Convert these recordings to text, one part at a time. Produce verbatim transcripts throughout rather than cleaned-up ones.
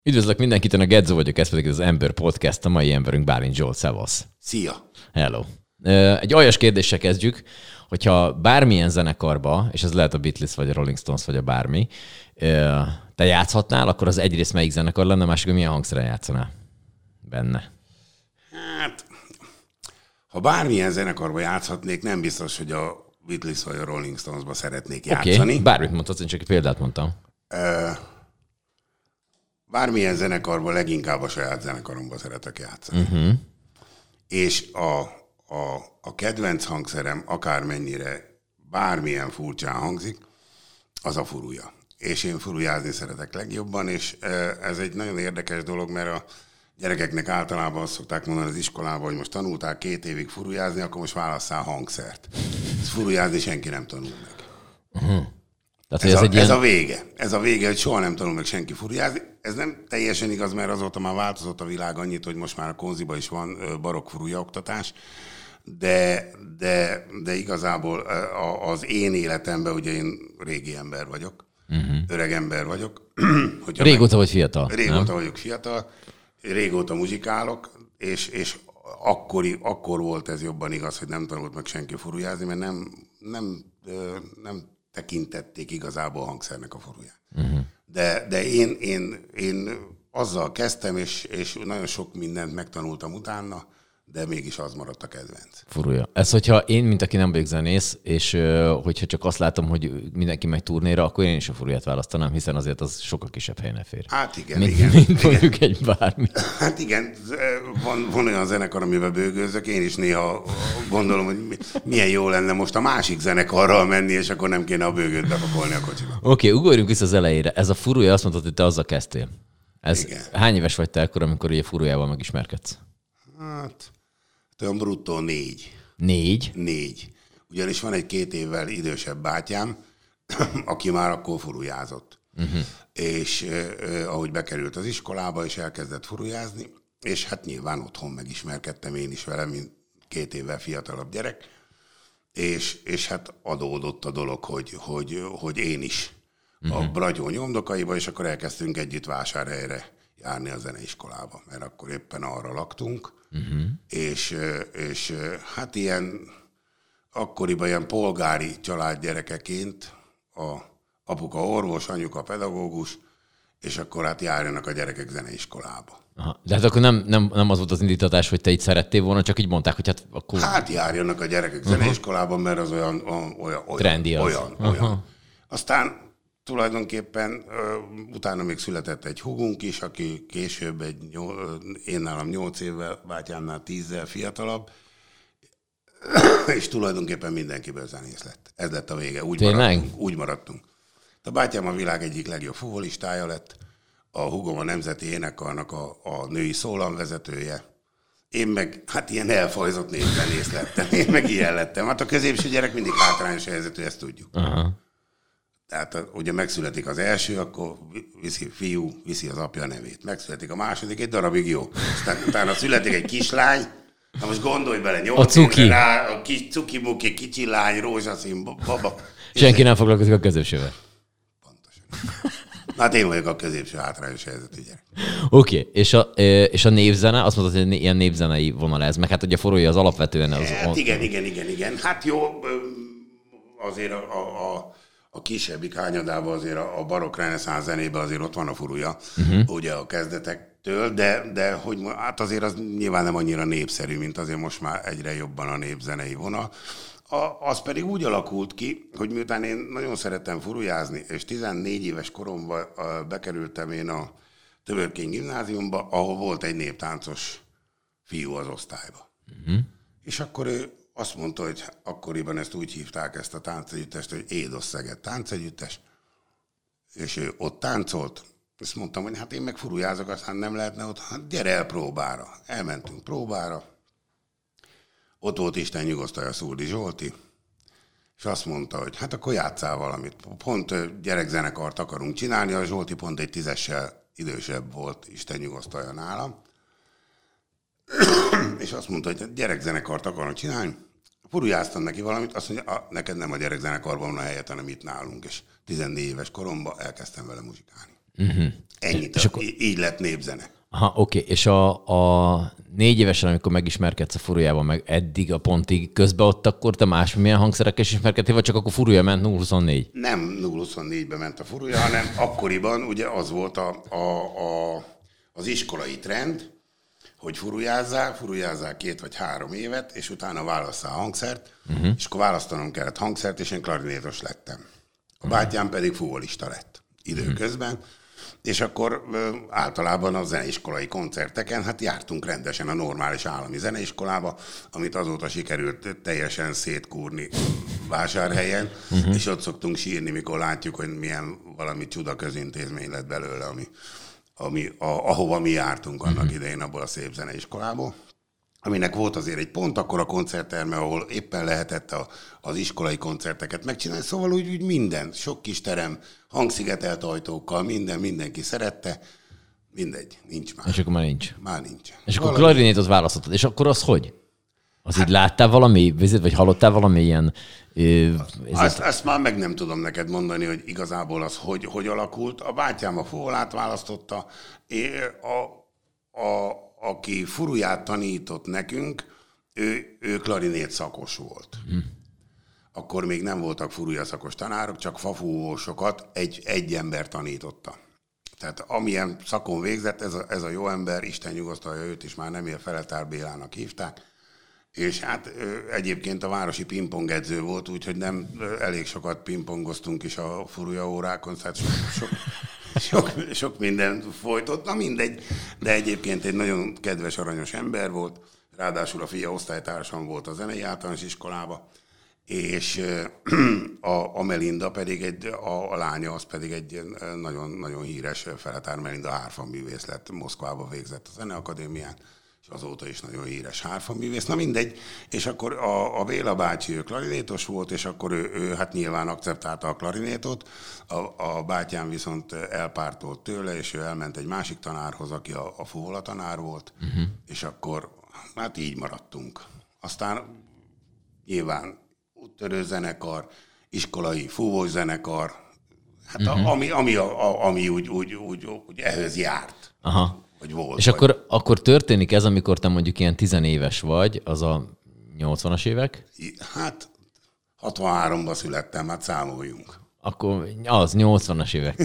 Üdvözlök mindenkit, én a Gedzo vagyok, ez pedig az Ember Podcast, a mai emberünk Bálint Zsolt, szevasz. Szia! Hello. Egy aljas kérdéssel kezdjük, hogyha bármilyen zenekarba, és ez lehet a Beatles, vagy a Rolling Stones, vagy a bármi, te játszhatnál, akkor az egyrészt melyik zenekar lenne, másik, hogy milyen hangszeren játszanál benne? Hát, ha bármilyen zenekarba játszhatnék, nem biztos, hogy a Beatles vagy a Rolling Stonesba szeretnék játszani. Oké, okay. Bármit mondhatsz, én csak egy példát mondtam. Uh, bármilyen zenekarban leginkább a saját zenekaromban szeretek játszani. Uh-huh. És a, a, a kedvenc hangszerem, akármennyire bármilyen furcsán hangzik, az a furuja. És én furujázni szeretek legjobban, és ez egy nagyon érdekes dolog, mert a gyerekeknek általában azt szokták mondani az iskolában, hogy most tanultál két évig furujázni, akkor most válasszál hangszert. Ezt furujázni senki nem tanul meg. Uh-huh. Tehát, ez, ez, a, ez ilyen... a vége. Ez a vége, hogy soha nem tanul meg senki furujázni. Ez nem teljesen igaz, mert azóta már változott a világ annyit, hogy most már a konziba is van barokk furuja oktatás, de, de, de igazából az én életemben, ugye én régi ember vagyok, uh-huh. öreg ember vagyok. Régóta meg... vagy fiatal? Régóta nem? vagyok fiatal, régóta muzsikálok, és, és akkori, akkor volt ez jobban igaz, hogy nem tanult meg senki furujázni, mert nem, nem, nem tekintették igazából a hangszernek a furuját. Uh-huh. De, de én, én, én azzal kezdtem, és, és nagyon sok mindent megtanultam utána, de mégis az maradt a kedvenc. Furuja. Ez, hogyha én, mint aki nem vagyok zenész, és hogyha csak azt látom, hogy mindenki megy turnéra, akkor én is a furuját választanám, hiszen azért az sokkal kisebb helyen fér. Hát igen, mint, igen. Mint igen. mondjuk egy bármi. Hát igen, van, van olyan zenekar, amiben bőgőzök, én is néha gondolom, hogy milyen jó lenne most a másik zenekarral menni, és akkor nem kéne a bőgőt bepakolni a kocsiba. Oké, okay, ugorjunk vissza az elejére. Ez a furuja, azt mondtad, hogy te azzal kezdtél. Ez igen. Hány éves vagy te akkor, amikor ugye furujával megismerkedsz? Hát... olyan bruttó négy. Négy? Négy. Ugyanis van egy két évvel idősebb bátyám, aki már akkor furujázott. Uh-huh. És eh, ahogy bekerült az iskolába, és elkezdett furujázni, és hát nyilván otthon megismerkedtem én is vele, mint két évvel fiatalabb gyerek, és, és hát adódott a dolog, hogy, hogy, hogy én is uh-huh. a Bragyó nyomdokaiba, és akkor elkezdtünk együtt Vásárhelyre járni a zeneiskolába, mert akkor éppen arra laktunk, uh-huh. és, és hát ilyen akkoriban ilyen polgári családgyerekeként a apuka orvos, anyuka pedagógus, és akkor hát járjanak a gyerekek zeneiskolába. Aha. De hát akkor nem, nem, nem az volt az indítatás, hogy te itt szerettél volna, csak így mondták, hogy hát akkor... Hát járjanak a gyerekek uh-huh. zeneiskolába, mert az olyan... olyan, olyan trendi az. Olyan, uh-huh. olyan. Aztán tulajdonképpen uh, utána még született egy húgunk is, aki később egy nyol, én nálam nyolc évvel, bátyámnál tízzel fiatalabb, és tulajdonképpen mindenkiből zenész lett. Ez lett a vége. Úgy maradtunk, úgy maradtunk. A bátyám a világ egyik legjobb fuvolistája lett, a húgom a Nemzeti Énekkarnak a, a női szólamvezetője. Én meg, hát ilyen elfajzott népzenész lettem. Én meg ilyen lettem. Hát a középső gyerek mindig hátrányos helyzetű, ezt tudjuk. Uh-huh. Tehát ugye megszületik az első, akkor viszi fiú, viszi az apja nevét. Megszületik a második, egy darabig jó. Aztán utána születik egy kislány, na most gondolj bele, nyolc évre rá, a kis cuki-muki, kicsi lány, rózsaszín, baba. Senki nem foglalkozik a középsővel. Pontosan. Hát én vagyok a középső hátrányos helyzetű gyerek. Oké, okay. és, a, és a népzene, azt mondod, hogy ilyen népzenei vonal ez, meg hát ugye forrója az alapvetően az... Hát igen, igen, igen, igen. Hát jó, azért a... a, a A kisebbik hányadában azért a barokk reneszánsz zenében azért ott van a furuja, uh-huh. ugye a kezdetektől, de, de hogy hát azért az nyilván nem annyira népszerű, mint azért most már egyre jobban a népzenei vonal. A, az pedig úgy alakult ki, hogy miután én nagyon szerettem furujázni, és tizennégy éves koromban bekerültem én a Tömörkény gimnáziumba, ahol volt egy néptáncos fiú az osztályba. Uh-huh. És akkor ő azt mondta, hogy akkoriban ezt úgy hívták, ezt a táncegyüttest, hogy Édos Szeged táncegyüttes, és ő ott táncolt. Ezt mondtam, hogy hát én meg furujázok, aztán nem lehetne ott, hát gyere el próbára. Elmentünk próbára. Ott volt Isten nyugosztalja Szurdi Zsolti, és azt mondta, hogy hát akkor játsszál valamit. Pont gyerekzenekart akarunk csinálni, a Zsolti pont egy tízessel idősebb volt, Isten nyugosztalja nálam. És azt mondta, hogy gyerekzenekart akarnak csinálni. Furujáztam neki valamit, azt mondja, neked nem a gyerekzenekarban van a helyet, hanem itt nálunk. És tizennégy éves koromban elkezdtem vele muzsikálni. Uh-huh. Ennyit. És a, akkor... Így lett népzene. Aha, oké. Okay. És a, a négy évesen, amikor megismerkedsz a Furujával, meg eddig a pontig, közben ott akkor te másmilyen hangszerekkel is ismerkedtél, vagy csak akkor Furuja ment nulla huszonnégy? Nem nulla huszonnégybe ment a Furuja, hanem akkoriban ugye az volt a, a, a, az iskolai trend, hogy furujázzál, furujázzál két vagy három évet, és utána válasszál hangszert, uh-huh. és akkor választanom kellett hangszert, és én klarinétos lettem. A bátyám pedig fúvolista lett időközben, uh-huh. és akkor általában a zeneiskolai koncerteken, hát jártunk rendesen a normális állami zeneiskolába, amit azóta sikerült teljesen szétkúrni Vásárhelyen, uh-huh. és ott szoktunk sírni, mikor látjuk, hogy milyen valami csuda közintézmény lett belőle, ami, ami, a, ahova mi jártunk annak uh-huh. idején abból a szép zeneiskolából, aminek volt azért egy pont akkor a koncertterme, ahol éppen lehetett a, az iskolai koncerteket megcsinálni, szóval úgy, úgy minden, sok kis terem, hangszigetelt ajtókkal, minden, mindenki szerette, mindegy, nincs már. És akkor már nincs. Már nincs. És akkor valami... klarinétot választottad, és akkor az hogy? Az hát, így láttál valami, vagy hallottál valami ilyen... Ö, azt, azt már meg nem tudom neked mondani, hogy igazából az hogy, hogy alakult. A bátyám a fúvolát választotta, a, a, aki furuját tanított nekünk, ő, ő klarinét szakos volt. Hmm. Akkor még nem voltak furuja szakos tanárok, csak fafúvósokat egy, egy ember tanította. Tehát amilyen szakon végzett, ez a, ez a jó ember, Isten nyugosztalja őt is, már nem él, Feletár Bélának hívták, és hát egyébként a városi pingpong edző volt, úgyhogy nem elég sokat pingpongoztunk is a furuja órákon, tehát sok, sok, sok, sok minden folytott, na mindegy, de egyébként egy nagyon kedves, aranyos ember volt, ráadásul a fia osztálytársam volt a zenei általános iskolába, és a, a Melinda pedig, egy, a, a lánya, az pedig egy nagyon, nagyon híres Feletár Melinda hárfaművész lett, Moszkvába végzett a Zeneakadémián, és azóta is nagyon híres hárfaművész. Na mindegy, és akkor a, a Béla bácsi, ő klarinétos volt, és akkor ő, ő hát nyilván akceptálta a klarinétot, a, a bátyám viszont elpártolt tőle, és ő elment egy másik tanárhoz, aki a, a fuvola tanár volt, uh-huh. és akkor hát így maradtunk. Aztán nyilván úttörő zenekar, iskolai fúvós zenekar, hát uh-huh. a, ami, ami, a, a, ami úgy, úgy, úgy, úgy ehhez járt. Aha. Hogy volt, és vagy. akkor, akkor történik ez, amikor te mondjuk ilyen tizenéves vagy, az a nyolcvanas évek? Hát hatvanháromban születtem, hát számoljunk. Akkor az nyolcvanas évek.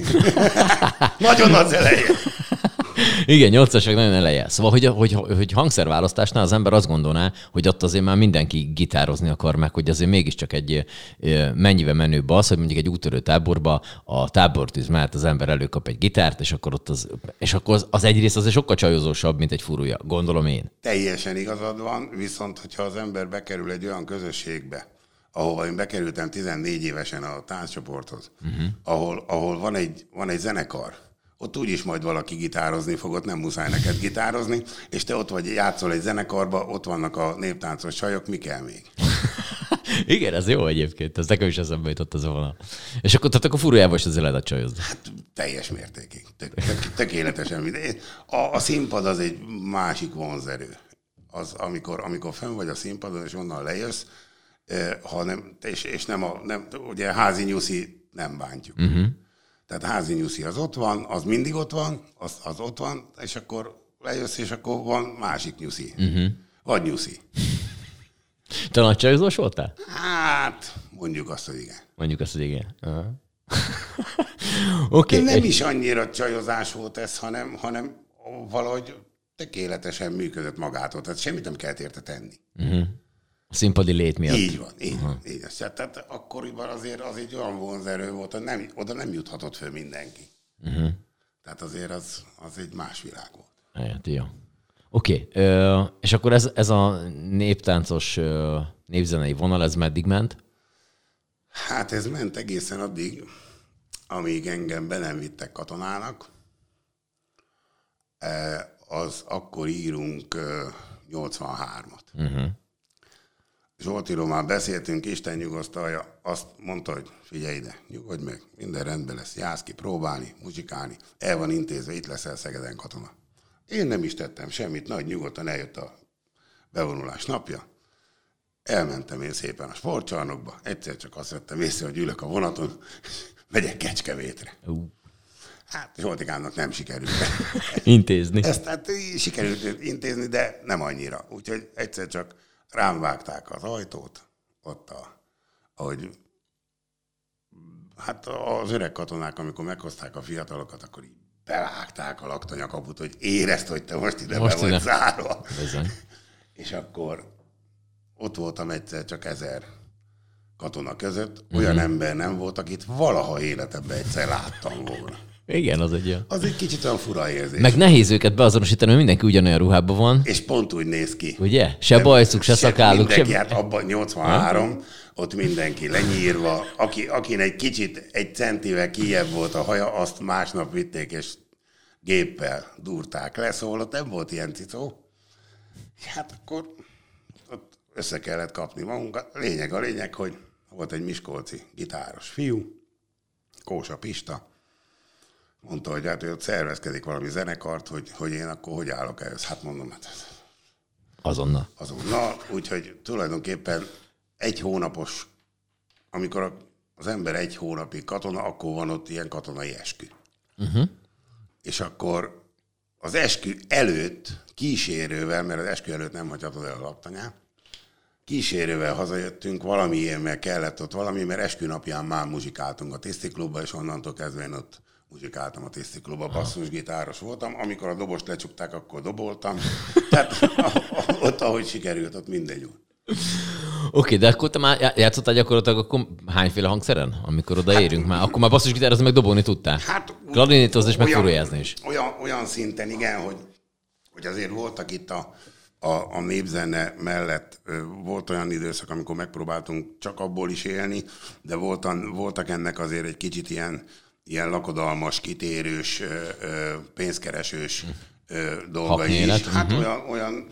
Nagyon az eleje. Igen, nyolcvanas évek nagyon eleje. Szóval, hogy, hogy, hogy hangszerválasztásnál az ember azt gondolná, hogy ott azért már mindenki gitározni akar meg, hogy azért mégiscsak egy mennyivel menőbb az, hogy mondjuk egy úttörő táborba a tábortűz mellett az ember előkap egy gitárt, és akkor ott az, és akkor az, az egyrészt azért sokkal csajozósabb, mint egy furuja, gondolom én. Teljesen igazad van, viszont hogyha az ember bekerül egy olyan közösségbe, ahova én bekerültem tizennégy évesen a tánccsoporthoz, uh-huh. ahol, ahol van, egy, van egy zenekar, ott úgyis majd valaki gitározni fog, ott nem muszáj neked gitározni, és te ott vagy, játszol egy zenekarba, ott vannak a néptáncos csajok, mi kell még? Igen, ez jó egyébként, ez nekem is eszembe jutott az a vonal. És akkor, tehát akkor furujában is azért lehet csajozni. Hát teljes mértékig, tök, tök, tökéletesen minden. A, a színpad az egy másik vonzerő. Az, amikor, amikor fenn vagy a színpadon, és onnan lejössz, eh, ha nem, és, és nem a, nem, ugye házi nyuszi nem bántjuk. Uh-huh. Tehát házi nyuszi az ott van, az mindig ott van, az, az ott van, és akkor lejössz, és akkor van másik nyuszi. Uh-huh. Vagy nyuszi. Te nagy csajozós voltál? Hát, mondjuk azt, hogy igen. Mondjuk azt, hogy igen. Uh-huh. Okay. Nem is annyira csajozás volt ez, hanem, hanem valahogy tökéletesen működött magától. Tehát semmit nem kellett érte tenni. Uh-huh. A színpadi lét miatt. Így van, így van. Uh-huh. Így van. Tehát akkoriban azért az egy olyan vonzerő volt, hogy nem, oda nem juthatott föl mindenki. Uh-huh. Tehát azért az, az egy más világ volt. Hát, jó. Oké, okay. És akkor ez, ez a néptáncos népzenei vonal, ez meddig ment? Hát ez ment egészen addig, amíg engem be nem vittek katonának. Az akkor írunk nyolcvanhármat. Uh-huh. Zsoltiról már beszéltünk, Isten nyugosztalja, azt mondta, hogy figyelj ide, nyugodj meg, minden rendben lesz, jársz ki próbálni, muzsikálni, el van intézve, itt leszel Szegeden katona. Én nem is tettem semmit, nagy nyugodtan eljött a bevonulás napja, elmentem én szépen a sportcsarnokba, egyszer csak azt vettem észre, hogy ülök a vonaton, megyek Kecskemétre. Uh. Hát Zsoltikámnak nem sikerült. Intézni. Ezt hát sikerült intézni, de nem annyira. Úgyhogy egyszer csak rám vágták az ajtót, ott a, ahogy hát az öreg katonák, amikor meghozták a fiatalokat, akkor így bevágták a laktanyakaput, hogy érezd, hogy te most ide most be vagy zárva. Bizony. És akkor ott voltam egyszer csak ezer katona között, olyan mm-hmm. ember nem volt, akit valaha életemben egyszer láttam volna. Igen, az egy olyan. Az egy kicsit olyan fura érzés. Meg nehéz őket beazonosítani, mert mindenki ugyanolyan ruhában van. És pont úgy néz ki. Ugye? Se bajszuk, se szakáluk. Mindenki, se... hát abban nyolcvanhárom, ha? Ott mindenki lenyírva. Aki, akin egy kicsit, egy centivel kijebb volt a haja, azt másnap vitték, és géppel durták le, szóval ott nem volt ilyen cicó. Hát akkor ott össze kellett kapni magunkat. Lényeg a lényeg, hogy volt egy miskolci gitáros fiú, Kósa Pista, mondta, hogy hát, hogy ott szervezkedik valami zenekart, hogy, hogy én akkor hogy állok ehhez. Hát mondom, hát... Azonnal. Azonnal, úgyhogy tulajdonképpen egy hónapos, amikor az ember egy hónapig katona, akkor van ott ilyen katonai eskü. Uh-huh. És akkor az eskü előtt kísérővel, mert az eskü előtt nem hagyhatod el a laktanyát, kísérővel hazajöttünk, valamiért kellett ott valami, mert eskü napján már muzsikáltunk a Tisztiklubba, és onnantól kezdve én ott muzsikáltam a Tisztiklubba, basszusgitáros voltam. Amikor a dobost lecsukták, akkor doboltam. Tehát ott, ahogy sikerült, ott mindegy volt. Oké, okay, de akkor te már játszottál gyakorlatilag akkor hányféle hangszeren, amikor odaérünk hát, már? Akkor már basszusgitározni meg dobolni tudtál? Hát, klarinétozni és meg furujázni is. Olyan, olyan szinten, igen, hogy, hogy azért voltak itt a, a, a népzene mellett, volt olyan időszak, amikor megpróbáltunk csak abból is élni, de voltan, voltak ennek azért egy kicsit ilyen, ilyen lakodalmas, kitérős, pénzkeresős dolgai is. Hát uh-huh. olyan... olyan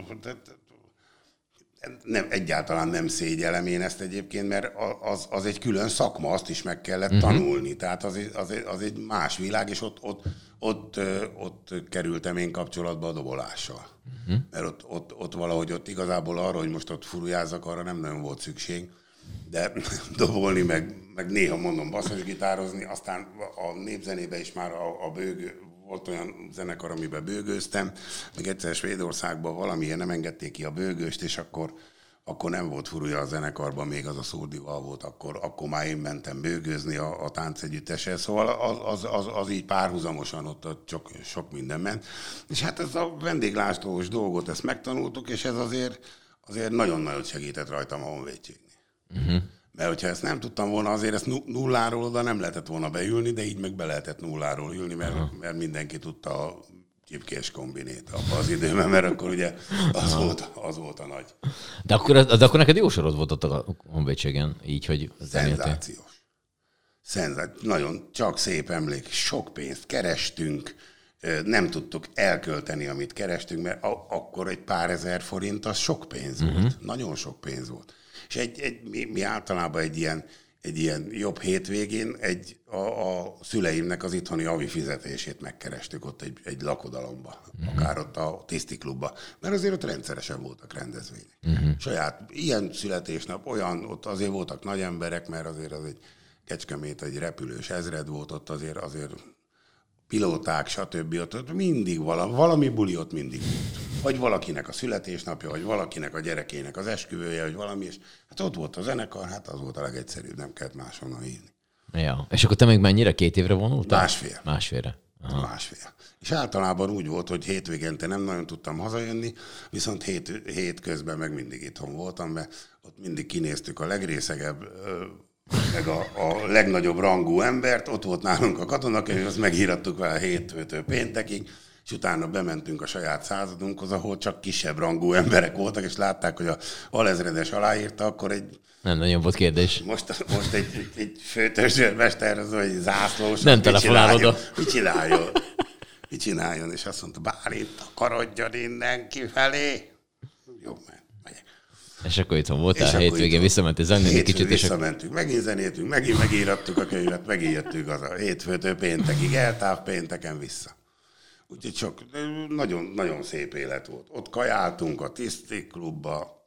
Nem, egyáltalán nem szégyellem én ezt egyébként, mert az, az egy külön szakma, azt is meg kellett uh-huh. tanulni. Tehát az, az, az egy más világ, és ott, ott, ott, ott kerültem én kapcsolatba a dobolással. Uh-huh. Mert ott, ott, ott valahogy ott igazából arra, hogy most ott furujázzak, arra nem nagyon volt szükség. De dobolni, meg, meg néha mondom basszusgitározni, aztán a népzenébe is már a, a bőgő, volt olyan zenekar, amiben bőgőztem, meg egyszer Svédországban valamiért nem engedték ki a bőgőst, és akkor, akkor nem volt furuja a zenekarban, még az a Szurdival volt, akkor, akkor már én mentem bőgőzni a, a táncegyütteshez, szóval az, az, az, az így párhuzamosan ott, ott sok, sok minden ment. És hát ez a vendéglástós dolgot, ezt megtanultuk, és ez azért, azért nagyon nagyot segített rajtam a honvédségnél. Uh-huh. Mert hogyha ezt nem tudtam volna, azért ezt nulláról oda nem lehetett volna beülni, de így meg be lehetett nulláról ülni, mert, uh-huh. mert mindenki tudta a csipkés kombinét abban az időben, mert akkor ugye az, volt, az volt a nagy. De akkor, de akkor neked jó sorod volt ott a honvédségen, így, hogy szenzációs. Szenzációs. Nagyon csak szép emlék, sok pénzt kerestünk, nem tudtuk elkölteni, amit kerestünk, mert akkor egy pár ezer forint az sok pénz volt, uh-huh. nagyon sok pénz volt. És egy, egy, mi, mi általában egy ilyen, egy ilyen jobb hétvégén egy, a, a szüleimnek az itthoni havi fizetését megkerestük ott egy, egy lakodalomba, uh-huh. akár ott a Tisztiklubba, mert azért ott rendszeresen voltak rendezvények. Uh-huh. Saját ilyen születésnap, olyan, ott azért voltak nagy emberek, mert azért az egy Kecskemét, egy repülős ezred volt, ott azért, azért pilóták, stb. Ott, ott mindig valami, valami buli ott mindig volt. Vagy valakinek a születésnapja, vagy valakinek a gyerekének az esküvője, vagy valami, és hát ott volt a zenekar, hát az volt a legegyszerűbb, nem kellett máshonnan hívni. Ja. És akkor te még mennyire? Két évre vonultál? Másfél. Másfélre. Aha. Másfél. És általában úgy volt, hogy hétvégente nem nagyon tudtam hazajönni, viszont hét, hét közben meg mindig itthon voltam, mert ott mindig kinéztük a legrészegebb, meg a, a legnagyobb rangú embert, ott volt nálunk a katonakönyv, azt megírattuk vele hétfőtől péntekig, és utána bementünk a saját századunkhoz, ahol csak kisebb rangú emberek voltak, és látták, hogy a alezredes aláírta, akkor egy... Nem nagyon volt kérdés. Most, most egy, egy, egy főtörzsőrmester, az egy zászlós. Nem telefonál oda. Mit csináljon? Mit csináljon? És azt mondta, bár itt akarodjon innen kifelé. Jó, mert megyek. És akkor itthon voltál, hétvégén visszamentél zenélni kicsit. Visszamentünk, megint zenéltünk, megint megírattuk a könyvet, megint jöttünk az a hétfőtől péntekig, eltáv pénteken vissza. Úgyhogy sok, nagyon, nagyon szép élet volt. Ott kajáltunk a Tisztiklubba.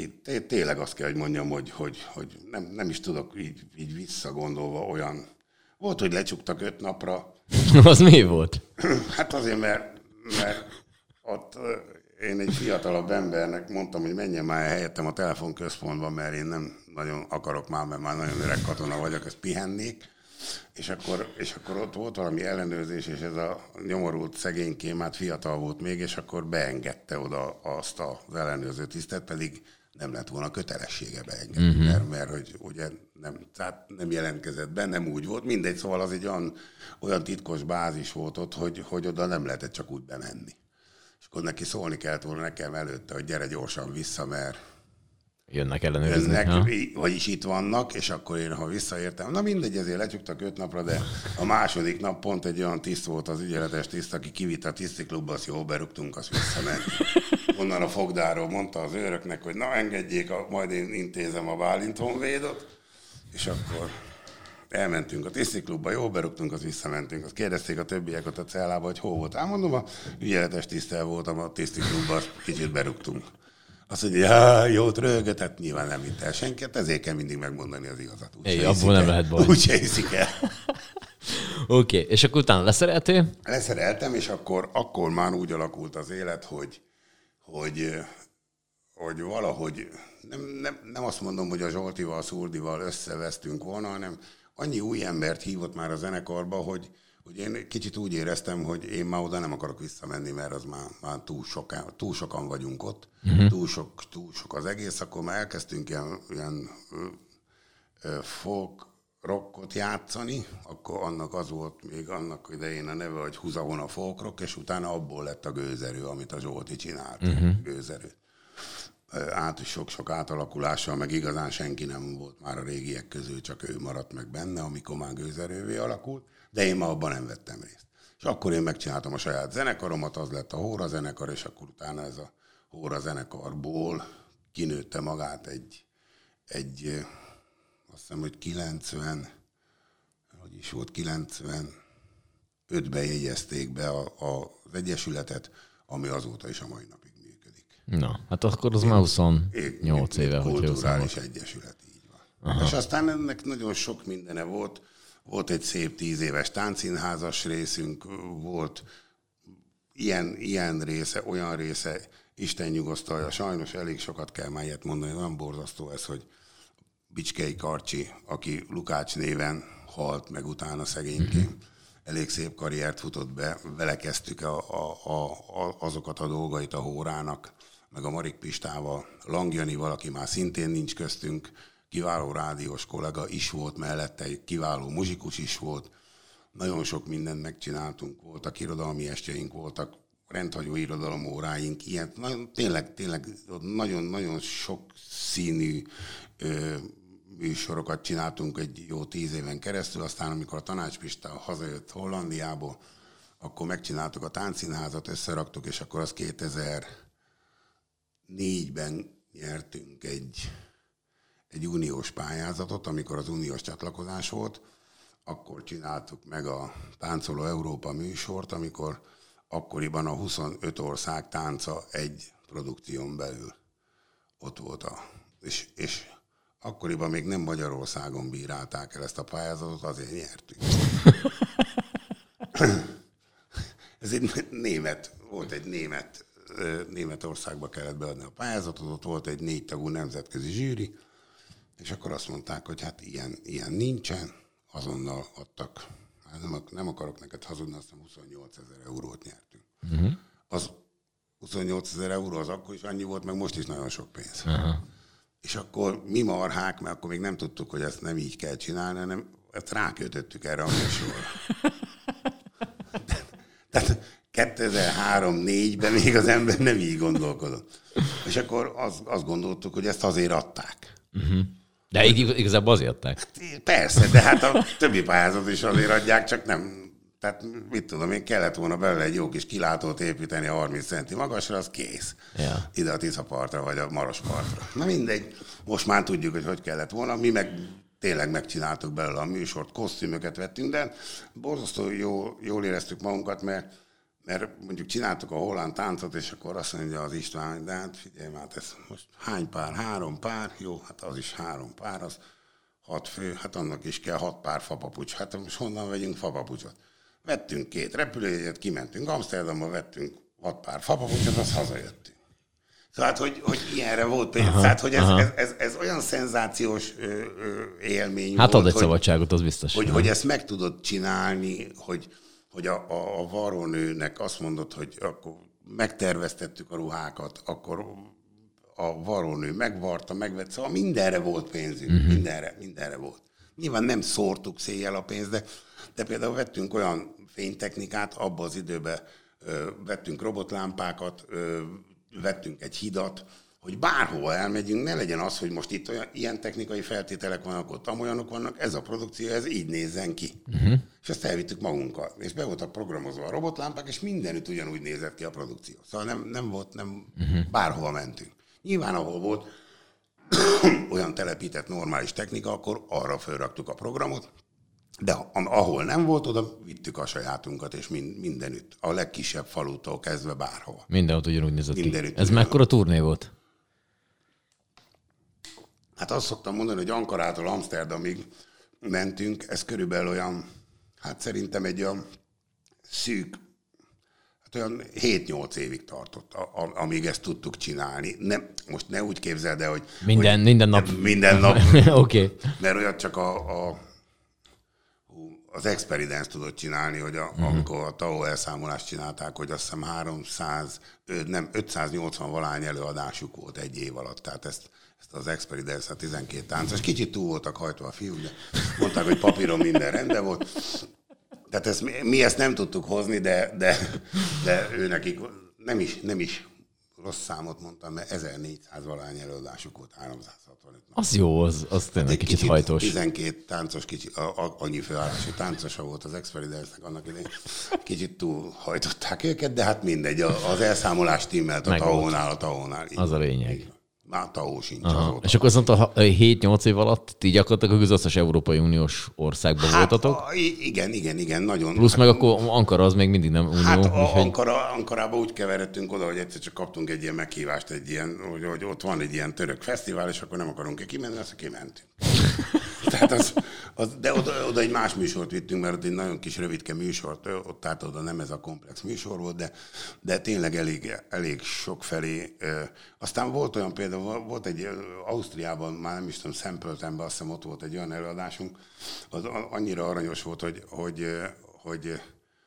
Tényleg azt kell, hogy mondjam, hogy, hogy, hogy nem, nem is tudok így, így visszagondolva olyan, Volt, hogy lecsuktak öt napra. Az mi volt? Hát azért, mert, mert ott én egy fiatalabb embernek mondtam, hogy menjen már helyettem a telefonközpontba, mert én nem nagyon akarok már, mert már nagyon öreg katona vagyok, ezt pihennék. És akkor, és akkor ott volt valami ellenőrzés, és ez a nyomorult szegénykém, hát fiatal volt még, és akkor beengedte oda azt az ellenőrző tisztet, pedig nem lett volna kötelessége beengedni, uh-huh. mert, mert hogy ugye nem, tehát nem jelentkezett be, nem úgy volt. Mindegy, szóval az egy olyan, olyan titkos bázis volt ott, hogy, hogy oda nem lehetett csak úgy bemenni. És akkor neki szólni kellett volna nekem előtte, hogy gyere gyorsan vissza, mert jönnek ellenőrizni. Jönnek, vagyis itt vannak, és akkor én, ha visszaértem, na mindegy, ezért lecsuktak öt napra, de a második nap pont egy olyan tiszt volt, az ügyeletes tiszt, aki kivitt a tisztiklubba, azt jól berúgtunk, azt visszament. Onnan a fogdáról mondta az őröknek, hogy na engedjék, a, majd én intézem a Bálint Honvédot, és akkor elmentünk a tisztiklubba, jól berúgtunk, azt visszamentünk. Azt kérdezték a többieket a cellába, hogy hol volt. Elmondom, a ügyeletes tiszttel voltam a tisztiklubba, kicsit berúgtunk. Azt mondja, ja, jót röhögött, nyilván nem hitt el senket, ezért kell mindig megmondani az igazat. Éj, abból nem lehet baj. Úgy se hiszik el. Oké, okay. És akkor utána leszereltél? Leszereltem, és akkor, akkor már úgy alakult az élet, hogy, hogy, hogy valahogy, nem, nem, nem azt mondom, hogy a Zsoltival, a Szurdival összevesztünk volna, hanem annyi új embert hívott már a zenekarba, hogy hogy én kicsit úgy éreztem, hogy én már oda nem akarok visszamenni, mert az már, már túl, sokan, túl sokan vagyunk ott, uh-huh. túl, sok, túl sok az egész, akkor már elkezdtünk ilyen, ilyen ö, folk rockot játszani, akkor annak az volt még annak idején a neve, hogy Huzavona folk rock, és utána abból lett a Gőzerő, amit a Zsolti csinált, uh-huh. Gőzerő. Át is sok-sok átalakulással, meg igazán senki nem volt már a régiek közül, csak ő maradt meg benne, amikor már Gőzerővé alakult. De én ma abban nem vettem részt. És akkor én megcsináltam a saját zenekaromat, az lett a Hóra zenekar, és akkor utána ez a Hóra zenekarból kinőtte magát egy, egy azt hiszem, hogy kilencven, hogy is volt, kilencvenötben jegyezték be a, a, az egyesületet, ami azóta is a mai napig működik. Na, hát akkor az már huszonnyolc éve, hogy kulturális egyesület, így van. Aha. És aztán ennek nagyon sok mindene volt. Volt egy szép tíz éves táncszínházas részünk, volt ilyen, ilyen része, olyan része, Isten nyugosztalja, sajnos elég sokat kell már ilyet mondani, olyan borzasztó ez, hogy Bicskei Karcsi, aki Lukács néven halt meg utána szegényként, mm-hmm. elég szép karriert futott be, vele kezdtük a, a, a, a, azokat a dolgait a Hórának, meg a Marik Pistával, Lang Janival, aki már szintén nincs köztünk, kiváló rádiós kollega is volt mellette, kiváló muzsikus is volt. Nagyon sok mindent megcsináltunk, voltak irodalmi estjeink, voltak rendhagyó irodalom óráink, ilyen, nagyon, tényleg, tényleg nagyon-nagyon sok színű ö, műsorokat csináltunk egy jó tíz éven keresztül, aztán amikor a Tanács Pista hazajött Hollandiából, akkor megcsináltuk a táncszínházat, összeraktuk, és akkor az kétezer-négyben nyertünk egy egy uniós pályázatot, amikor az uniós csatlakozás volt, akkor csináltuk meg a Táncoló Európa műsort, amikor akkoriban a huszonöt ország tánca egy produkción belül ott volt. A, és, és akkoriban még nem Magyarországon bírálták el ezt a pályázatot, azért nyertünk. Ez egy német, volt egy német, Németországba kellett beadni a pályázatot, ott volt egy négy tagú nemzetközi zsűri, és akkor azt mondták, hogy hát ilyen, ilyen nincsen, azonnal adtak. Hát nem, nem akarok neked hazudni, aztán huszonnyolc ezer eurót nyertünk. Uh-huh. Az huszonnyolc ezer euró az akkor is annyi volt, meg most is nagyon sok pénz. Uh-huh. És akkor mi marhák, mert akkor még nem tudtuk, hogy ezt nem így kell csinálni, hanem ezt rákötöttük erre a műsorra. Tehát kétezer-három-négyben még az ember nem így gondolkodott. És akkor az, azt gondoltuk, hogy ezt azért adták. Uh-huh. De igazából azért adták. Persze, de hát a többi pályázat is azért adják, csak nem. Tehát mit tudom én, kellett volna belőle egy jó kis kilátót építeni a harminc centi magasra, az kész. Ja. Ide a Tiszapartra vagy a Marospartra. Na mindegy, most már tudjuk, hogy hogy kellett volna. Mi meg tényleg megcsináltuk belőle a műsort, kosztümöket vettünk, de borzasztó jó, jól éreztük magunkat, mert Mert mondjuk csináltuk a holland táncot, és akkor azt mondja az István, de hát figyelj már, ez most hány pár? Három pár? Jó, hát az is három pár, az hat fő, hát annak is kell hat pár fapapucs. Hát most honnan vegyünk fapapucsot? Vettünk két repülőjegyet, kimentünk Amsterdamba, vettünk hat pár fapapucsot, azt hazajöttünk. Szóval, hát, hogy, hogy ilyenre volt pénz. Aha, tehát, hogy ez, ez, ez, ez olyan szenzációs ö, ö, élmény hát volt. Hát ad egy szabadságot, az biztos. Hogy, hogy ezt meg tudod csinálni, hogy, hogy a, a, a varrónőnek azt mondod, hogy akkor megterveztettük a ruhákat, akkor a varrónő megvarta, megvett, szóval mindenre volt pénzünk, uh-huh. mindenre, mindenre volt. Nyilván nem szórtuk széjjel a pénzt, de, de például vettünk olyan fénytechnikát, abban az időben ö, vettünk robotlámpákat, ö, vettünk egy hidat, hogy bárhova elmegyünk, ne legyen az, hogy most itt olyan, ilyen technikai feltételek vannak, ott amolyanok vannak, ez a produkció, ez így nézzen ki. Uh-huh. És ezt elvittük magunkkal. És be voltak programozva a robotlámpák, és mindenütt ugyanúgy nézett ki a produkció. Szóval nem, nem volt, nem uh-huh. bárhova mentünk. Nyilván, ahol volt olyan telepített normális technika, akkor arra felraktuk a programot, de ahol nem volt, oda vittük a sajátunkat, és mindenütt. A legkisebb falutól kezdve bárhova. Mindenütt ugyanúgy nézett mindenütt ki. Ez mekkora turné volt? Hát azt szoktam mondani, hogy Ankarától Amsterdamig mentünk, ez körülbelül olyan, hát szerintem egy olyan szűk, hát olyan hét-nyolc évig tartott, a, a, amíg ezt tudtuk csinálni. Nem, most ne úgy képzeld el, hogy... Minden, hogy minden nap. Minden nap. Oké. Okay. Mert olyat csak a, a, az Experience tudott csinálni, hogy a, uh-huh. amikor a té á o elszámolást csinálták, hogy azt hiszem háromszáz, nem, ötszáznyolcvan valány előadásuk volt egy év alatt. Tehát ezt, ezt az Experience, a tizenkét táncos. Kicsit túl voltak hajtva a fiúk, de mondták, hogy papíron minden rendben volt. Tehát ezt, mi ezt nem tudtuk hozni, de, de, de ő nekik nem is, nem is rossz számot mondtam, mert ezernégyszáz valány előadásuk volt, háromszázhatvanöt nap. Az jó, az, az tényleg hát kicsit, kicsit hajtós. tizenkét táncos, kicsit, a, a, annyi főállású táncosa volt az Experience-nek annak idején. Kicsit túl hajtották őket, de hát mindegy, az elszámolás tímmelt a té á o-nál, a té á o-nál. Az a lényeg. Már té á o sincs Aha. azóta. És akkor azt mondta, hét-nyolc év alatt ti gyakorlatilag az összes Európai Uniós országban hát, voltatok? A, igen, igen, igen, nagyon. Plusz hát, meg akkor Ankara az még mindig nem unió. Hát a, úgyhogy... Ankara, Ankarába úgy keveredtünk oda, hogy egyszer csak kaptunk egy ilyen meghívást, egy ilyen, hogy, hogy ott van egy ilyen török fesztivál, és akkor nem akarunk kimenni, azt kimentünk. Tehát az, az, de oda, oda egy más műsort vittünk, mert ott egy nagyon kis rövidke műsort, ott tehát oda nem ez a komplex műsor volt, de, de tényleg elég, elég sok felé. Aztán volt olyan például, volt egy Ausztriában, már nem is tudom, Szempöltenben, azt hiszem ott volt egy olyan előadásunk, az annyira aranyos volt, hogy, hogy, hogy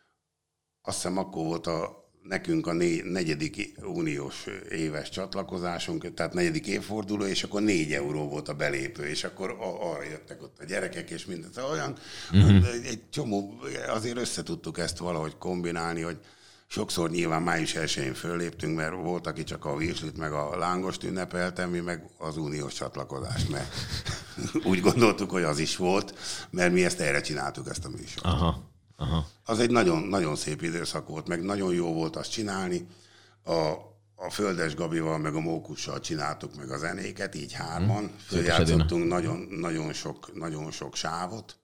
azt hiszem akkor volt a nekünk a né, negyedik uniós éves csatlakozásunk, tehát negyedik évforduló, és akkor négy euró volt a belépő, és akkor arra jöttek ott a gyerekek, és mindent. Olyan, uh-huh. egy csomó, azért összetudtuk ezt valahogy kombinálni, hogy sokszor nyilván május elsején fölléptünk, mert volt, aki csak a virslit meg a lángost ünnepelte, mi meg az uniós csatlakozást, mert úgy gondoltuk, hogy az is volt, mert mi ezt erre csináltuk, ezt a műsort. Aha. Aha. Az egy nagyon, nagyon szép időszak volt, meg nagyon jó volt azt csinálni. A, a Földes Gabival, meg a Mókussal csináltuk meg a zenéket, így hárman. Hmm. Följátszottunk nagyon, nagyon, sok, nagyon sok sávot,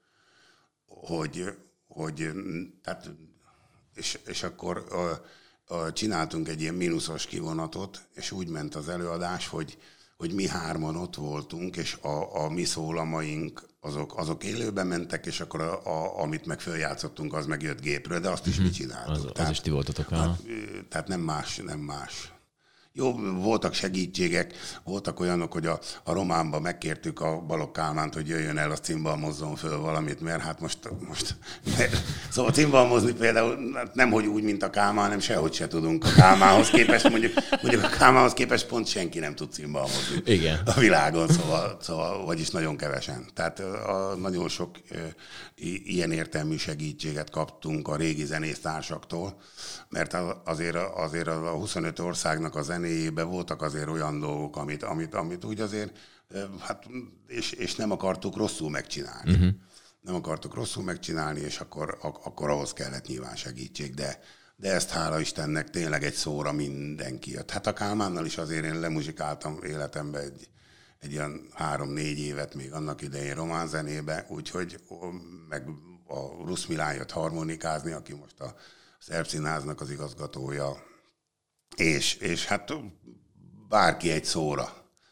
hogy, hogy tehát, és, és akkor a, a, csináltunk egy ilyen mínuszos kivonatot, és úgy ment az előadás, hogy, hogy mi hárman ott voltunk, és a, a mi szólamaink azok, azok élőben mentek, és akkor a, a, amit meg följátszottunk, az meg jött gépről, de azt is mi csináltuk. Az, tehát, az is ti voltatok. Hát, tehát nem más, nem más. Jó, voltak segítségek, voltak olyanok, hogy a, a Románban megkértük a Balogh Kálmánt, hogy jöjjön el, a cimbalmozzon föl valamit, mert hát most, most mert, szóval cimbalmozni például nem, hogy úgy, mint a Kálmán, hanem sehogy se tudunk a Kálmánhoz képest, mondjuk, mondjuk a Kálmánhoz képest pont senki nem tud cimbalmozni. Igen. A világon, szóval, szóval, vagyis nagyon kevesen. Tehát a, nagyon sok e, ilyen értelmű segítséget kaptunk a régi zenésztársaktól, mert azért, azért a huszonöt országnak a zenéjében voltak azért olyan dolgok, amit, amit, amit úgy azért, hát, és, és nem akartuk rosszul megcsinálni. Uh-huh. Nem akartuk rosszul megcsinálni, és akkor, akkor ahhoz kellett nyilván segítség, de, de ezt hála Istennek tényleg egy szóra mindenki jött. Hát a Kálmánnal is azért én lemuzsikáltam életemben egy, egy ilyen három-négy évet még annak idején román zenébe, úgyhogy meg a Rusz Milán jött harmonikázni, aki most a Szerb Színháznak az igazgatója, és, és hát bárki egy szóra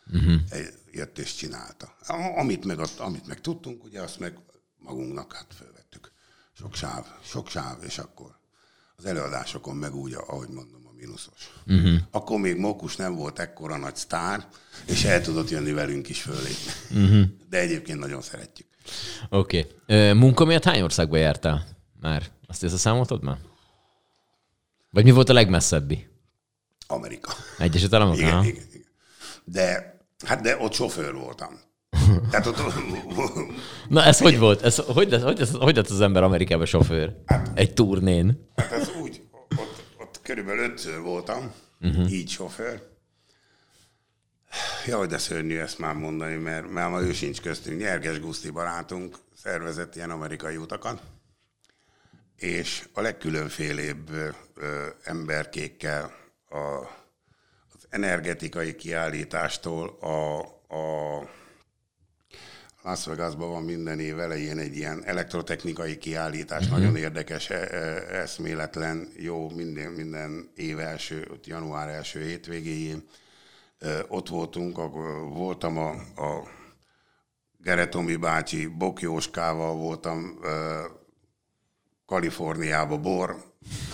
Uh-huh. Jött és csinálta. Amit meg, amit meg tudtunk, ugye azt meg magunknak hát fölvettük. Sok sáv, sok sáv, és akkor az előadásokon meg úgy, ahogy mondom, a mínuszos. Uh-huh. Akkor még Mókus nem volt ekkora nagy sztár, és el tudott jönni velünk is fölépni. Uh-huh. De egyébként nagyon szeretjük. Oké. Okay. Munka miatt hány országba jártál már? Azt összeszámoltad már? Vagy mi volt a legmesszebbi? Amerika. Egyesült Államok? Igen, igen, igen. De, hát de ott sofőr voltam. Tehát ott... Na ez hogy volt? Ez, hogy, lett, hogy, lett, hogy lett az ember Amerikában sofőr? Hát, egy turnén? Hát ez úgy, ott, ott körülbelül ötször voltam, uh-huh. így sofőr. Jaj, de szörnyű ezt már mondani, mert már ma ő sincs köztünk. Nyerges Guszti barátunk szervezett ilyen amerikai utakat, és a legkülönfélébb ö, emberkékkel a, az energetikai kiállítástól a, a Las Vegasban van minden év elején egy ilyen elektrotechnikai kiállítás, uh-huh. nagyon érdekes, eszméletlen, jó, minden, minden év első, január első hétvégéjén. Ott voltunk, akkor voltam a, a Geretomi bácsi Bok Jóskával, voltam Kaliforniába bor,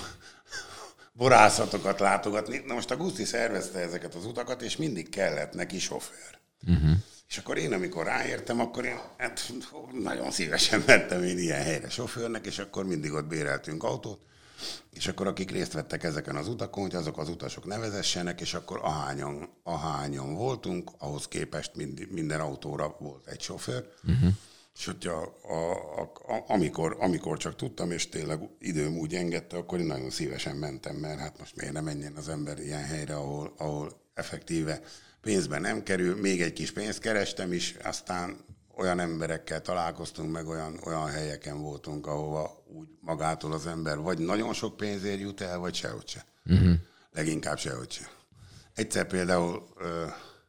borászatokat látogatni. Na most a Guszti szervezte ezeket az utakat, és mindig kellett neki sofőr. Uh-huh. És akkor én, amikor ráértem, akkor én hát, nagyon szívesen mentem én ilyen helyre sofőrnek, és akkor mindig ott béreltünk autót, és akkor akik részt vettek ezeken az utakon, hogy azok az utasok ne vezessenek, és akkor ahányan, ahányan voltunk, ahhoz képest mind, minden autóra volt egy sofőr, uh-huh. és hogyha a, a, a, amikor, amikor csak tudtam, és tényleg időm úgy engedte, akkor én nagyon szívesen mentem, mert hát most miért ne menjen az ember ilyen helyre, ahol, ahol effektíve pénzben nem kerül, még egy kis pénzt kerestem is, aztán olyan emberekkel találkoztunk, meg olyan, olyan helyeken voltunk, ahova úgy magától az ember vagy nagyon sok pénzért jut el, vagy sehogy se. Uh-huh. Leginkább sehogy se. Egyszer például, ö,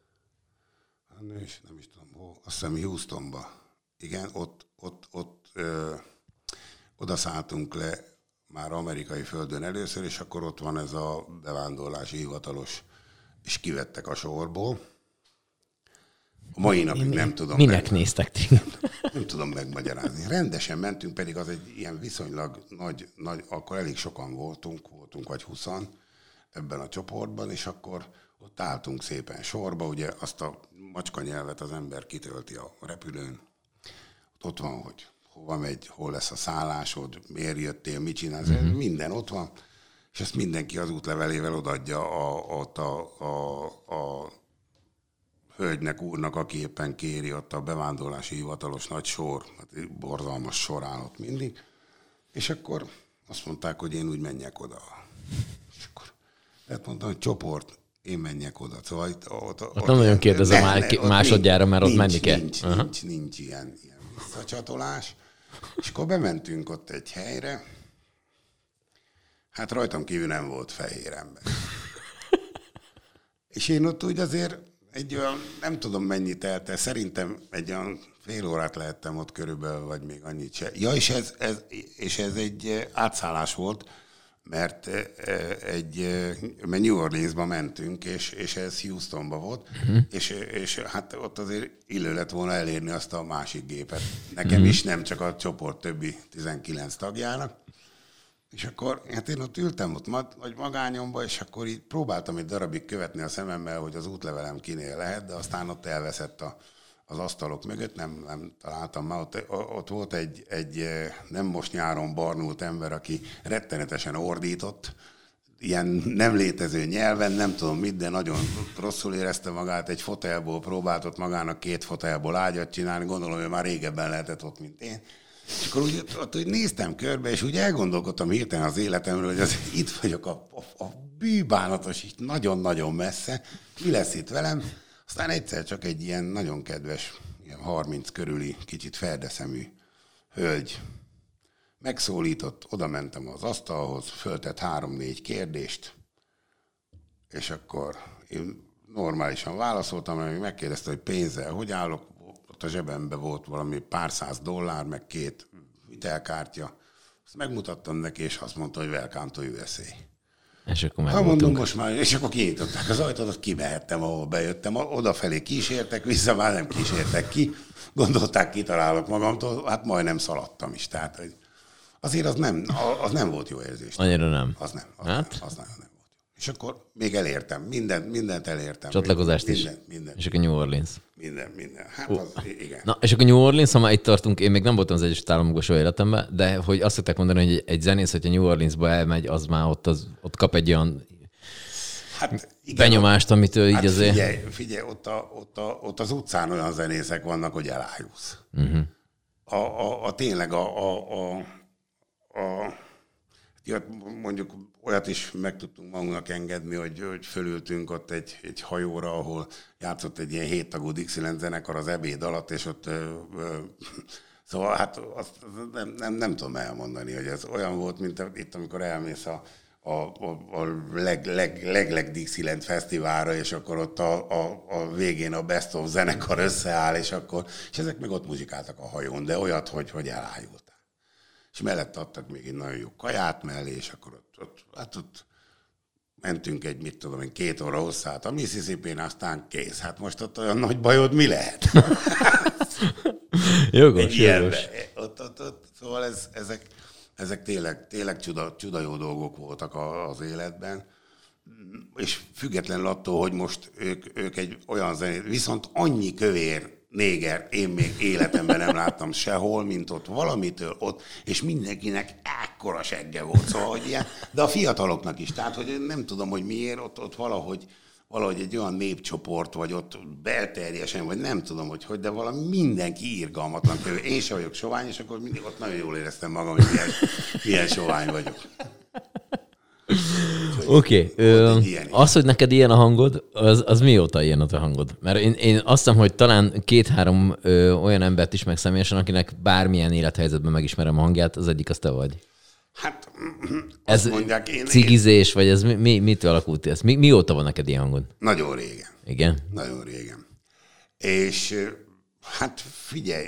nem, is, nem is tudom, hol, azt hiszem Houstonba, igen, ott, ott, ott ö, oda szálltunk le már amerikai földön először, és akkor ott van ez a bevándorlási hivatalos, és kivettek a sorból. A mai napig nem tudom. Minek meg... néztek téged? Nem tudom megmagyarázni. Rendesen mentünk, pedig az egy ilyen viszonylag nagy, nagy, akkor elég sokan voltunk, voltunk vagy huszan ebben a csoportban, és akkor ott álltunk szépen sorba, ugye azt a macska nyelvet az ember kitölti a repülőn. Ott van, hogy hova megy, hol lesz a szállásod, miért jöttél, mit csinálsz, mm-hmm. minden ott van. És ezt mindenki az útlevelével odaadja a, ott a, a, a hölgynek, úrnak, aki éppen kéri, ott a bevándorlási hivatalos nagy sor, hát borzalmas sor áll ott mindig. És akkor azt mondták, hogy én úgy menjek oda. És akkor lehet mondtam, hogy csoport, én menjek oda. Szóval itt, ott, ott, ott nem nagyon kérdezem már ne, másodjára, mert nincs, ott menni kell. Nincs, uh-huh. nincs, nincs ilyen, ilyen visszacsatolás. És akkor bementünk ott egy helyre, hát rajtam kívül nem volt fehér ember. És én ott úgy azért egy olyan, nem tudom mennyit elte, szerintem egy olyan fél órát lehettem ott körülbelül, vagy még annyit se. Ja, és ez, ez, és ez egy átszállás volt, mert egy, mert New Orleansba mentünk, és, és ez Houstonba volt, uh-huh. és, és hát ott azért illő lett volna elérni azt a másik gépet. Nekem uh-huh. is, nem csak a csoport többi tizenkilenc tagjának. És akkor hát én ott ültem ott nagy magányomba, és akkor így próbáltam egy darabig követni a szememmel, hogy az útlevelem kinél lehet, de aztán ott elveszett a, az asztalok mögött, nem, nem találtam már. Ott, ott volt egy, egy nem most nyáron barnult ember, aki rettenetesen ordított, ilyen nem létező nyelven, nem tudom mit, de nagyon rosszul érezte magát, egy fotelból próbáltott magának két fotelból ágyat csinálni, gondolom, hogy már régebben lehetett ott, mint én. És akkor úgy, ott, úgy néztem körbe, és úgy elgondolkodtam hirtelen az életemről, hogy az, itt vagyok a, a, a bűbánatos, itt nagyon-nagyon messze, mi lesz itt velem? Aztán egyszer csak egy ilyen nagyon kedves, ilyen harminc körüli, kicsit ferdeszemű hölgy megszólított, oda mentem az asztalhoz, föltett három-négy kérdést, és akkor én normálisan válaszoltam, mert megkérdezte, hogy pénzzel hogy állok, ott a zsebemben volt valami pár száz dollár, meg két hitelkártya. Azt megmutattam neki, és azt mondta, hogy welcome to U S A. És akkor ha mondom, most már, és akkor kinyitották az ajtót, ott kimehettem, ahol bejöttem, odafelé kísértek, vissza már nem kísértek ki, gondolták, kitalálok magamtól, hát majdnem szaladtam is, tehát hogy azért az nem, az nem volt jó érzés. Annyira nem. Az nem, az, hát? nem, az nagyon nem volt. És akkor még elértem, mindent, mindent elértem. Csatlakozást is. Minden, minden. És akkor New Orleans. Minden, minden. Hát az, igen. Na, és akkor New Orleans, ha már itt tartunk, én még nem voltam az Egyesült Államokban soha életemben, de hogy azt szokták mondani, hogy egy zenész, hogyha New Orleansba elmegy, az már ott, az, ott kap egy olyan hát, igen, benyomást, amitől így hát azért... Figyelj, figyelj ott, a, ott, a, ott az utcán olyan zenészek vannak, hogy elájulsz. Uh-huh. A, a, a tényleg a... a, a, a mondjuk olyat is meg tudtunk magunknak engedni, hogy, hogy fölültünk ott egy, egy hajóra, ahol játszott egy ilyen héttagú Dixieland zenekar az ebéd alatt, és ott ö, ö, szóval hát azt nem, nem, nem tudom elmondani, hogy ez olyan volt, mint itt, amikor elmész a, a, a, a leg, leg, leg, leg Dixieland fesztiválra, és akkor ott a, a, a végén a Best of zenekar összeáll, és akkor, és ezek meg ott muzsikáltak a hajón, de olyat, hogy, hogy elájult. És mellett adtak még egy nagyon jó kaját mellé, és akkor ott, ott, hát ott mentünk egy, mit tudom én, két óra hosszát a Mississippi-n, aztán kész. Hát most ott olyan nagy bajod mi lehet? Jogos, jogos. Ott, ott, ott, szóval ez, ezek, ezek tényleg, tényleg csuda, csuda jó dolgok voltak az életben. És függetlenül attól, hogy most ők, ők egy olyan zenét, viszont annyi kövér néger én még életemben nem láttam sehol, mint ott valamitől ott, és mindenkinek ekkora segge volt, szóval, hogy ilyen, de a fiataloknak is, tehát, hogy nem tudom, hogy miért, ott, ott valahogy, valahogy egy olyan népcsoport, vagy ott belterjesen, vagy nem tudom, hogy hogy, de valami mindenki irgalmatlan. Én sem vagyok sovány, és akkor mindig ott nagyon jól éreztem magam, hogy milyen, milyen sovány vagyok. Oké, okay. Az, hogy neked ilyen a hangod, az, az mióta ilyen a te hangod? Mert én, én azt hiszem, hogy talán két-három ö, olyan embert ismerek személyesen, akinek bármilyen élethelyzetben megismerem a hangját, az egyik az te vagy. Hát, ez mondják, én... cigizés, vagy ez mi, mi, mitől alakult ez? Mi, mióta van neked ilyen hangod? Nagyon régen. Igen? Nagyon régen. És hát figyelj,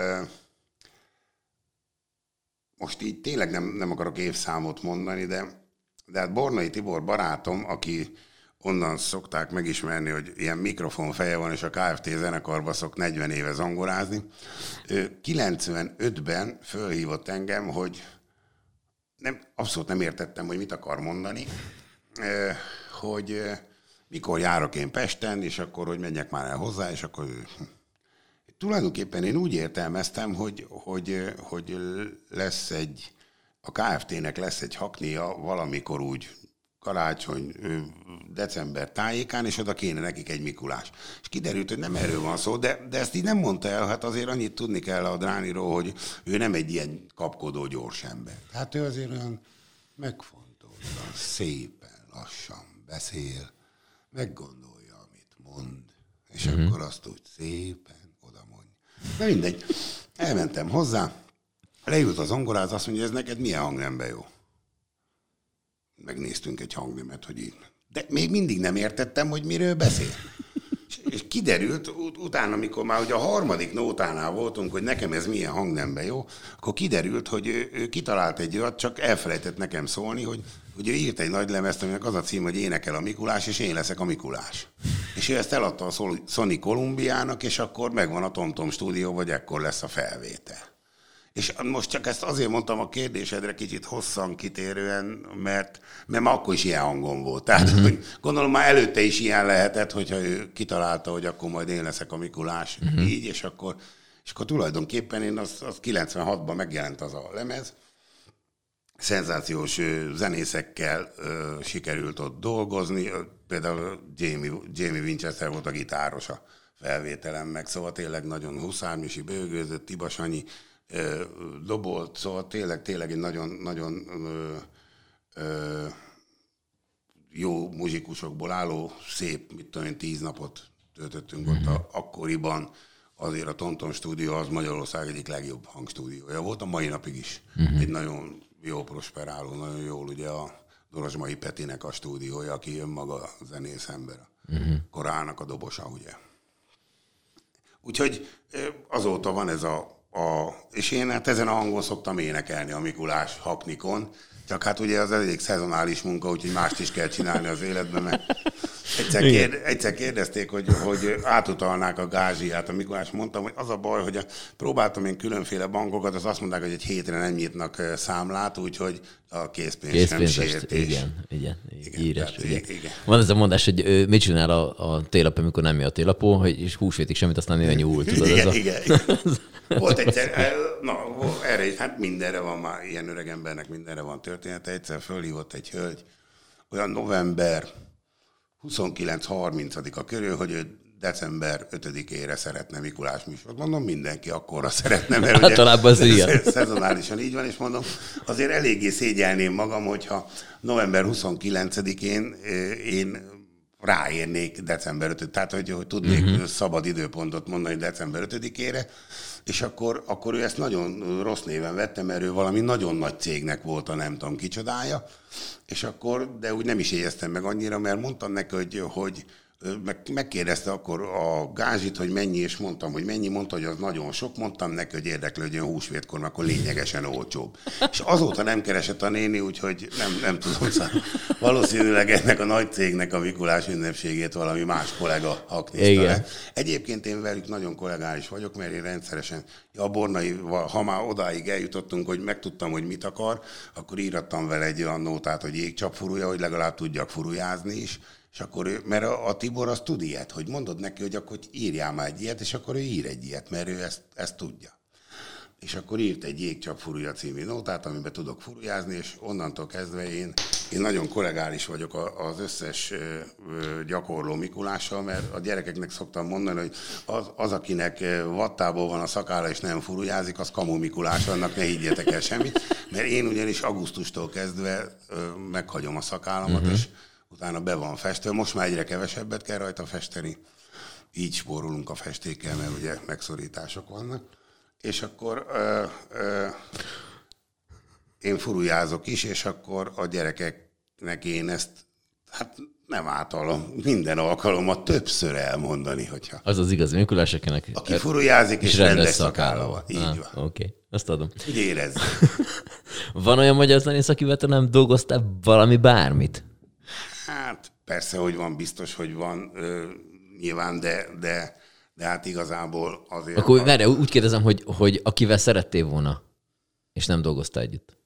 most így tényleg nem, nem akarok évszámot mondani, de De hát Bornai Tibor barátom, aki onnan szokták megismerni, hogy ilyen mikrofon feje van, és a ká ef té zenekarba szok negyven éve zongorázni. Ő kilencvenötben fölhívott engem, hogy nem, abszolút nem értettem, hogy mit akar mondani, hogy mikor járok én Pesten, és akkor, hogy menjek már el hozzá, és akkor tulajdonképpen én úgy értelmeztem, hogy, hogy, hogy lesz egy a ká ef té-nek lesz egy haknia valamikor úgy karácsony, december tájékán, és oda kéne nekik egy Mikulás. És kiderült, hogy nem erről van szó, de, de ezt így nem mondta el, hát azért annyit tudni kell a Drániról, hogy ő nem egy ilyen kapkodó gyors ember. Hát ő azért olyan megfontoltan, szépen, lassan beszél, meggondolja, amit mond, és mm-hmm. akkor azt úgy szépen oda mondja. Na mindegy, elmentem hozzá, leült az zongoráz, azt mondja, ez neked milyen hangnemben jó? Megnéztünk egy hangnemet, hogy így. De még mindig nem értettem, hogy miről beszél. És, és kiderült, ut- utána, amikor már ugye a harmadik nótánál voltunk, hogy nekem ez milyen hangnemben jó, akkor kiderült, hogy ő, ő kitalált egy olyat, csak elfelejtett nekem szólni, hogy, hogy ő írt egy nagy lemezt, aminek az a cím, hogy Énekel a Mikulás, és én leszek a Mikulás. És ő ezt eladta a Sony Columbiának, és akkor megvan a TomTom stúdió, vagy ekkor lesz a felvétel. És most csak ezt azért mondtam a kérdésedre kicsit hosszan kitérően, mert, mert már akkor is ilyen hangom volt. Tehát uh-huh. hogy gondolom már előtte is ilyen lehetett, hogyha ő kitalálta, hogy akkor majd én leszek a Mikulás, uh-huh. így, és akkor, és akkor tulajdonképpen én az, az kilencvenhatban megjelent az a lemez. Szenzációs zenészekkel ö, sikerült ott dolgozni, például Jamie, Jamie Winchester volt a gitáros a felvételen meg, szóval tényleg nagyon Huszármisi bőgőzött, Tiba Sanyi dobolt, szóval tényleg, tényleg egy nagyon, nagyon ö, ö, jó muzsikusokból álló, szép, mit tudom én, tíz napot töltöttünk mm-hmm. ott a, akkoriban. Azért a TomTom stúdió az Magyarország egyik legjobb hangstúdiója volt, a mai napig is. Mm-hmm. Egy nagyon jó prosperáló, nagyon jól ugye a Dorozsmai Petinek a stúdiója, aki önmaga zenész ember. Mm-hmm. Korának a dobosa, ugye. Úgyhogy azóta van ez a A, és én hát ezen a hangon szoktam énekelni a Mikulás haknikon, Csak hát ugye az elég szezonális munka, úgyhogy mást is kell csinálni az életben, mert egyszer, kérde, egyszer kérdezték, hogy, hogy átutalnák a gázsiát a Mikulás. Mondtam, hogy az a baj, hogy a, próbáltam én különféle bankokat, az azt mondták, hogy egy hétre nem nyitnak számlát, úgyhogy a készpénz, készpénz sem sértés. Igen, igen, igen, íres, tehát, igen. igen. Van ez a mondás, hogy ő, mit csinál a, a télap, amikor nem jön a télapó, hogy és húsvétig semmit, aztán néha nyúl. Tudod, igen, ez a... igen, igen. Volt egyszer, na, erre, hát mindenre van már, ilyen öreg embernek mindenre van története. Egyszer fölhívott egy hölgy, olyan november huszonkilenc harmincadika körül, hogy ő december ötödikére szeretne Mikulás műsort. Mondom, mindenki akkorra szeretne, mert általában az ugye szezonálisan így van, és mondom, azért eléggé szégyelném magam, hogyha november huszonkilencedikén én ráérnék december ötödikére, tehát hogy, hogy tudnék uh-huh. szabad időpontot mondani december ötödikére, és akkor, akkor ő ezt nagyon rossz néven vette, mert ő valami nagyon nagy cégnek volt a nem tudom kicsodája, és akkor, de úgy nem is éjeztem meg annyira, mert mondtam neki, hogy, hogy meg, megkérdezte akkor a gázsit, hogy mennyi, és mondtam, hogy mennyi, mondta, hogy az nagyon sok, mondtam neki, hogy érdeklődjön húsvétkor, mert akkor lényegesen olcsóbb. És azóta nem keresett a néni, úgyhogy nem, nem tudom, szóval valószínűleg ennek a nagy cégnek a Mikulás ünnepségét valami más kollega haknézta le. Egyébként én velük nagyon kollégális vagyok, mert én rendszeresen a Bornai, ha már odáig eljutottunk, hogy megtudtam, hogy mit akar, akkor írattam vele egy olyan nótát, hogy jégcsapfurúja, hogy legalább tudjak furujázni is. És akkor ő, mert a, a Tibor az tud ilyet, hogy mondod neki, hogy akkor írjál már egy ilyet, és akkor ő ír egy ilyet, mert ő ezt, ezt tudja. És akkor írt egy Jégcsapfurúja című nótát, amiben tudok furujázni, és onnantól kezdve én, én nagyon kollegális vagyok az összes gyakorló Mikulással, mert a gyerekeknek szoktam mondani, hogy az, az akinek vattából van a szakálla és nem furujázik, az kamu Mikulás, annak ne higgyetek el semmit, mert én ugyanis augusztustól kezdve meghagyom a szakállamat, uh-huh. és utána be van festve. Most már egyre kevesebbet kell rajta festeni, így spórolunk a festékkel, mert ugye megszorítások vannak. És akkor ö, ö, én furujázok is, és akkor a gyerekeknek én ezt, hát nem általom, minden alkalommal többször elmondani, hogyha... Az az igazi Mikulás, akinek... Aki furujázik, és, és rendes, rendes szakálla van. Így ah, van. Oké, okay. Azt adom. Úgy érezzük. Van olyan magyar zenész, akivel te nem dolgoztál valami bármit? Hát persze, hogy van, biztos, hogy van ö, nyilván, de, de, de hát igazából azért... Akkor a... várj, úgy kérdezem, hogy, hogy akivel szerettél volna, és nem dolgoztál együtt.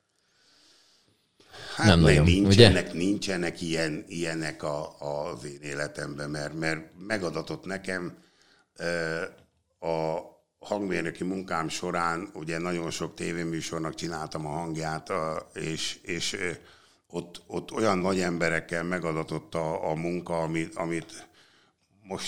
Hát nem nagyon, nincsenek, ugye? Nincsenek ilyen, ilyenek a, az én életemben, mert, mert megadatott nekem ö, a hangmérnöki munkám során, ugye nagyon sok tévéműsornak csináltam a hangját, a, és, és Ott, ott olyan nagy emberekkel megadatott a, a munka, amit, amit most...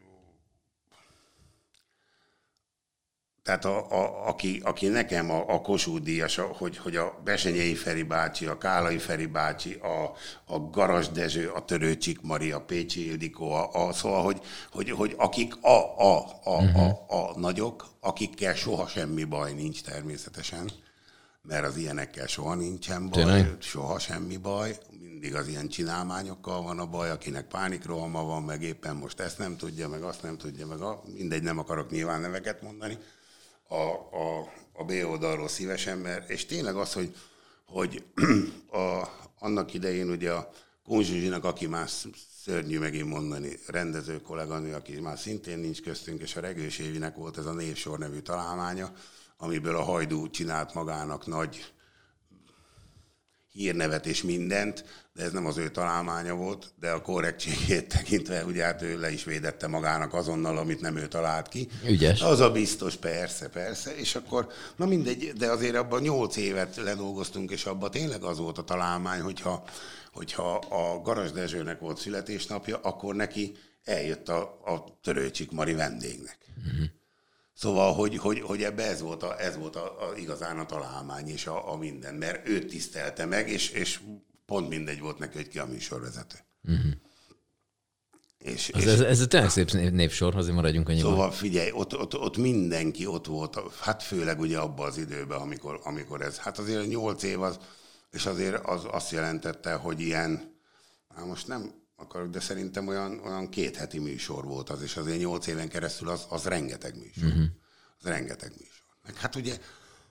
Tehát a, a, aki, aki nekem a, a Kossuth díjas, hogy, hogy a Besenyei Feri bácsi, a Kálai Feri bácsi, a, a Garas Dezső, a Törőcsik Mari, a Pécsi Ildikó, a, a, szóval, hogy, hogy, hogy akik a, a, a, a, a nagyok, akikkel soha semmi baj nincs természetesen, mert az ilyenekkel soha nincsen baj, Tényleg? soha semmi baj, mindig az ilyen csinálmányokkal van a baj, akinek pánikrohama van, meg éppen most ezt nem tudja, meg azt nem tudja, meg a, mindegy, nem akarok nyilván neveket mondani a, a, a B oldalról szívesen, mert, és tényleg az, hogy, hogy a, annak idején ugye a Kun Zsuzsinak, aki már szörnyű megint mondani, rendező kolléganő, aki már szintén nincs köztünk, és a Regős Évinek volt ez a Névsor nevű találmánya, amiből a Hajdú csinált magának nagy hírnevet és mindent, de ez nem az ő találmánya volt, de a korrektségét tekintve, ugye hát ő le is védette magának azonnal, amit nem ő talált ki. Ügyes. Az a biztos, persze, persze, és akkor, na mindegy, de azért abban nyolc évet ledolgoztunk, és abban tényleg az volt a találmány, hogyha, hogyha a Garas Dezsőnek volt születésnapja, akkor neki eljött a, a Törőcsik Mari vendégnek. Uh-huh. Szóval, hogy, hogy, hogy ebbe ez volt, a, ez volt a, a, igazán a találmány és a, a minden, mert őt tisztelte meg, és, és pont mindegy volt neki, hogy ki a műsorvezető. Uh-huh. És, az, és, ez, ez tényleg szép névsor, azért maradjunk annyiban. Szóval figyelj, ott, ott, ott mindenki ott volt, hát főleg ugye abban az időben, amikor, amikor ez, hát azért nyolc év az, és azért az azt jelentette, hogy ilyen, hát most nem akarok, de szerintem olyan, olyan két heti műsor volt az, és azért nyolc éven keresztül az, az rengeteg műsor. Uh-huh. Az rengeteg műsor. Meg hát ugye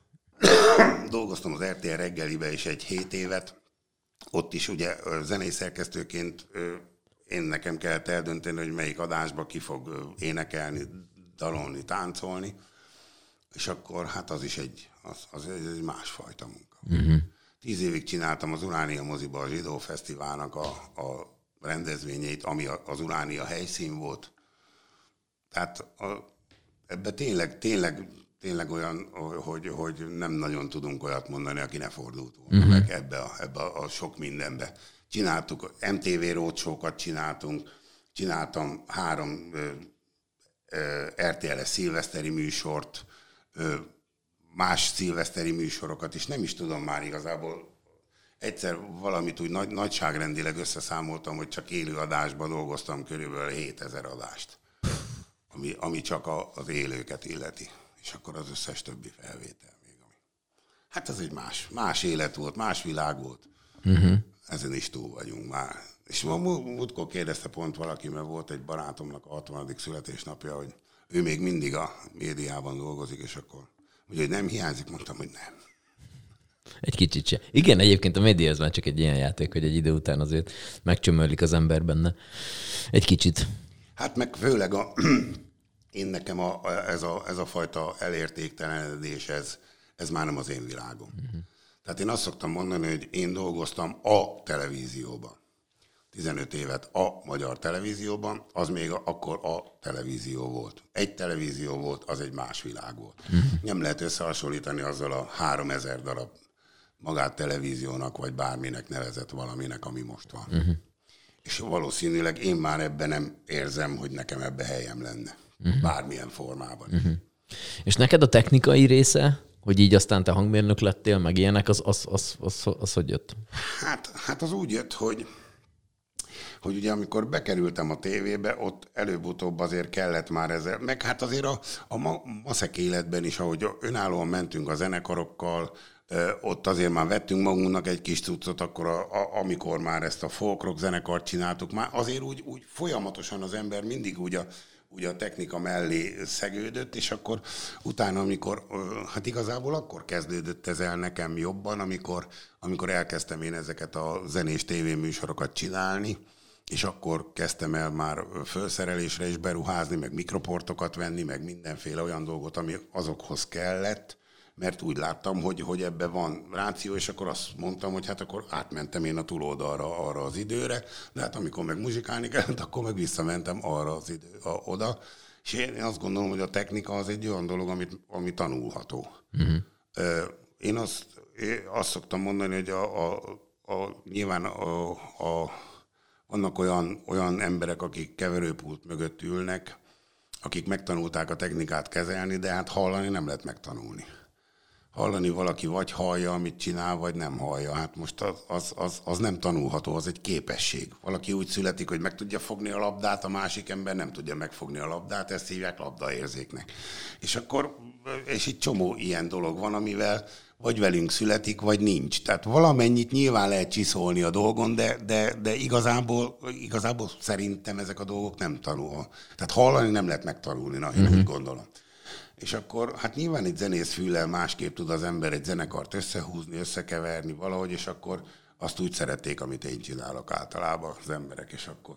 dolgoztam az er té el reggelibe is egy hét évet. Ott is ugye zenei szerkesztőként én nekem kellett eldönteni, hogy melyik adásba ki fog énekelni, dalolni, táncolni. És akkor hát az is egy, az, az egy másfajta munka. Uh-huh. Tíz évig csináltam az Uránia moziba a Zsidó Fesztiválnak a, a rendezvényeit, ami az Uránia helyszín volt. Tehát a, ebben tényleg, tényleg, tényleg olyan, hogy, hogy nem nagyon tudunk olyat mondani, aki ne fordult volna uh-huh. meg ebbe a, ebbe a sok mindenbe. Csináltuk, em té vé roadshow-kat csináltunk, csináltam három ö, ö, er té el-es szilveszteri műsort, ö, más szilveszteri műsorokat is, nem is tudom már igazából. Egyszer valamit úgy nagy, nagyságrendileg összeszámoltam, hogy csak élő adásban dolgoztam körülbelül hétezer adást, ami, ami csak a, az élőket illeti. És akkor az összes többi felvétel még. Ami. Hát ez egy más, más élet volt, más világ volt. Uh-huh. Ezen is túl vagyunk már. És ma múltkor kérdezte pont valaki, mert volt egy barátomnak a hatvanadik születésnapja, hogy ő még mindig a médiában dolgozik, és akkor ugye, hogy nem hiányzik, mondtam, hogy nem. Egy kicsit se. Igen, egyébként a média ez már csak egy ilyen játék, hogy egy idő után azért megcsömörlik az ember benne. Egy kicsit. Hát meg főleg a, én nekem a, ez, a, ez a fajta elértéktelenedés, ez, ez már nem az én világom. Uh-huh. Tehát én azt szoktam mondani, hogy én dolgoztam a televízióban. tizenöt évet a magyar televízióban, az még a, akkor a televízió volt. Egy televízió volt, az egy más világ volt. Uh-huh. Nem lehet összehasonlítani azzal a háromezer darab magát televíziónak, vagy bárminek nevezett valaminek, ami most van. Uh-huh. És valószínűleg én már ebben nem érzem, hogy nekem ebbe helyem lenne. Uh-huh. Bármilyen formában. Uh-huh. És neked a technikai része, hogy így aztán te hangmérnök lettél, meg ilyenek, az, az, az, az, az, az hogy jött? Hát, hát az úgy jött, hogy hogy ugye amikor bekerültem a tévébe, ott előbb-utóbb azért kellett már ezzel, meg hát azért a, a ma, maszek életben is, ahogy önállóan mentünk a zenekarokkal, ott azért már vettünk magunknak egy kis cuccot, akkor a, a, amikor már ezt a folk rock zenekart csináltuk, már azért úgy, úgy folyamatosan az ember mindig úgy a, úgy a technika mellé szegődött, és akkor utána, amikor, hát igazából akkor kezdődött ez el nekem jobban, amikor, amikor elkezdtem én ezeket a zenés tévéműsorokat csinálni, és akkor kezdtem el már felszerelésre is beruházni, meg mikroportokat venni, meg mindenféle olyan dolgot, ami azokhoz kellett, mert úgy láttam, hogy, hogy ebben van ráció, és akkor azt mondtam, hogy hát akkor átmentem én a túloldalra arra az időre, de hát amikor meg muzsikálni kellett, akkor meg visszamentem arra az idő, a, oda. És én azt gondolom, hogy a technika az egy olyan dolog, amit, ami tanulható. Uh-huh. Én azt, én azt szoktam mondani, hogy a, a, a, nyilván a, a vannak olyan, olyan emberek, akik keverőpult mögött ülnek, akik megtanulták a technikát kezelni, de hát hallani nem lehet megtanulni. Hallani valaki vagy hallja, amit csinál, vagy nem hallja. Hát most az, az, az, az nem tanulható, az egy képesség. Valaki úgy születik, hogy meg tudja fogni a labdát, a másik ember nem tudja megfogni a labdát, ezt hívják labdaérzéknek. És akkor, és egy csomó ilyen dolog van, amivel vagy velünk születik, vagy nincs. Tehát valamennyit nyilván lehet csiszolni a dolgon, de, de, de igazából, igazából szerintem ezek a dolgok nem tanul. Tehát hallani nem lehet megtanulni, na, én uh-huh. úgy gondolom. És akkor, hát nyilván egy zenész füllel másképp tud az ember egy zenekart összehúzni, összekeverni valahogy, és akkor azt úgy szerették, amit én csinálok általában az emberek, és akkor...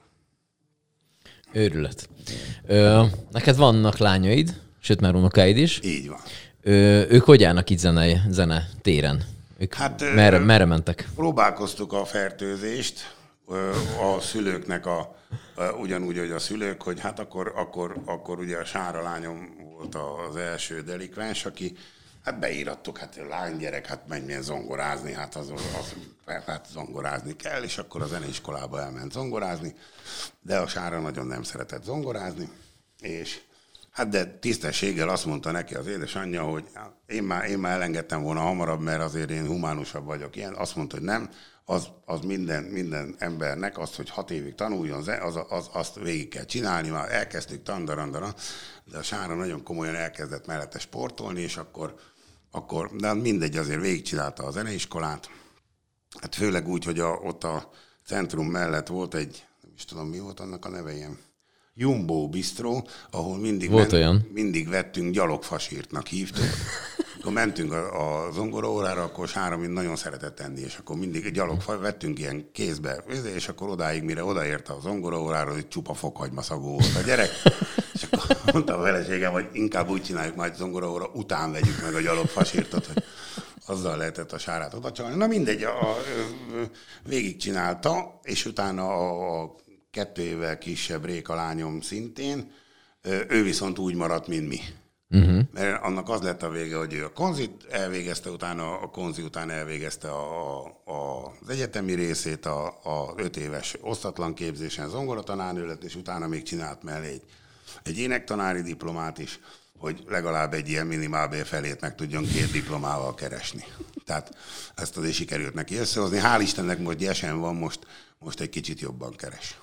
Őrület. Ö, neked vannak lányaid, sőt már unokáid is. Így van. Ö, ők hogy állnak itt zene, zene téren? Ők hát, merre, merre mentek? Próbálkoztuk a fertőzést, a szülőknek a, ugyanúgy, hogy a szülők, hogy hát akkor, akkor, akkor ugye a Sára lányom volt az első delikvens, aki hát beírattuk, hát lánygyerek, hát menjen zongorázni, hát az, az, hát zongorázni kell, és akkor a zeneiskolába elment zongorázni, de a Sára nagyon nem szeretett zongorázni, és hát de tisztességgel azt mondta neki az édesanyja, hogy én már, én már elengedtem volna hamarabb, mert azért én humánusabb vagyok ilyen. Azt mondta, hogy nem, az, az minden, minden embernek azt, hogy hat évig tanuljon, az, az, azt végig kell csinálni, már elkezdtük tandarandara, de a Sára nagyon komolyan elkezdett mellette sportolni, és akkor, akkor de mindegy, azért végigcsinálta a zeneiskolát. Hát főleg úgy, hogy a, ott a centrum mellett volt egy, nem is tudom mi volt annak a neve, ilyen Jumbo Bistro, ahol mindig, men, mindig vettünk gyalogfasírtnak hívtuk. Akkor mentünk a, a zongoraórára, akkor Sára mind nagyon szeretett enni, és akkor mindig gyalog vettünk ilyen kézbe, és akkor odáig, mire odaért a zongoraórára, hogy csupa fokhagyma szagú volt a gyerek. És akkor mondta a feleségem, hogy inkább úgy csináljuk majd zongoraóra, után vegyük meg a gyalog fasírtot, hogy azzal lehetett a Sárát oda csalni. Na mindegy, a, a, végigcsinálta, és utána a, a kettő évvel kisebb Réka lányom szintén, ő viszont úgy maradt, mint mi. Uh-huh. Mert annak az lett a vége, hogy ő a konzit elvégezte, utána a konzi után elvégezte a, a, az egyetemi részét, a, a öt éves osztatlan képzésen zongoratanárnő lett, és utána még csinált mellé egy, egy énektanári diplomát is, hogy legalább egy ilyen minimálbér felét meg tudjon két diplomával keresni. Tehát ezt azért sikerült neki összehozni. Hál' Istennek most gyesen van, most, most egy kicsit jobban keres.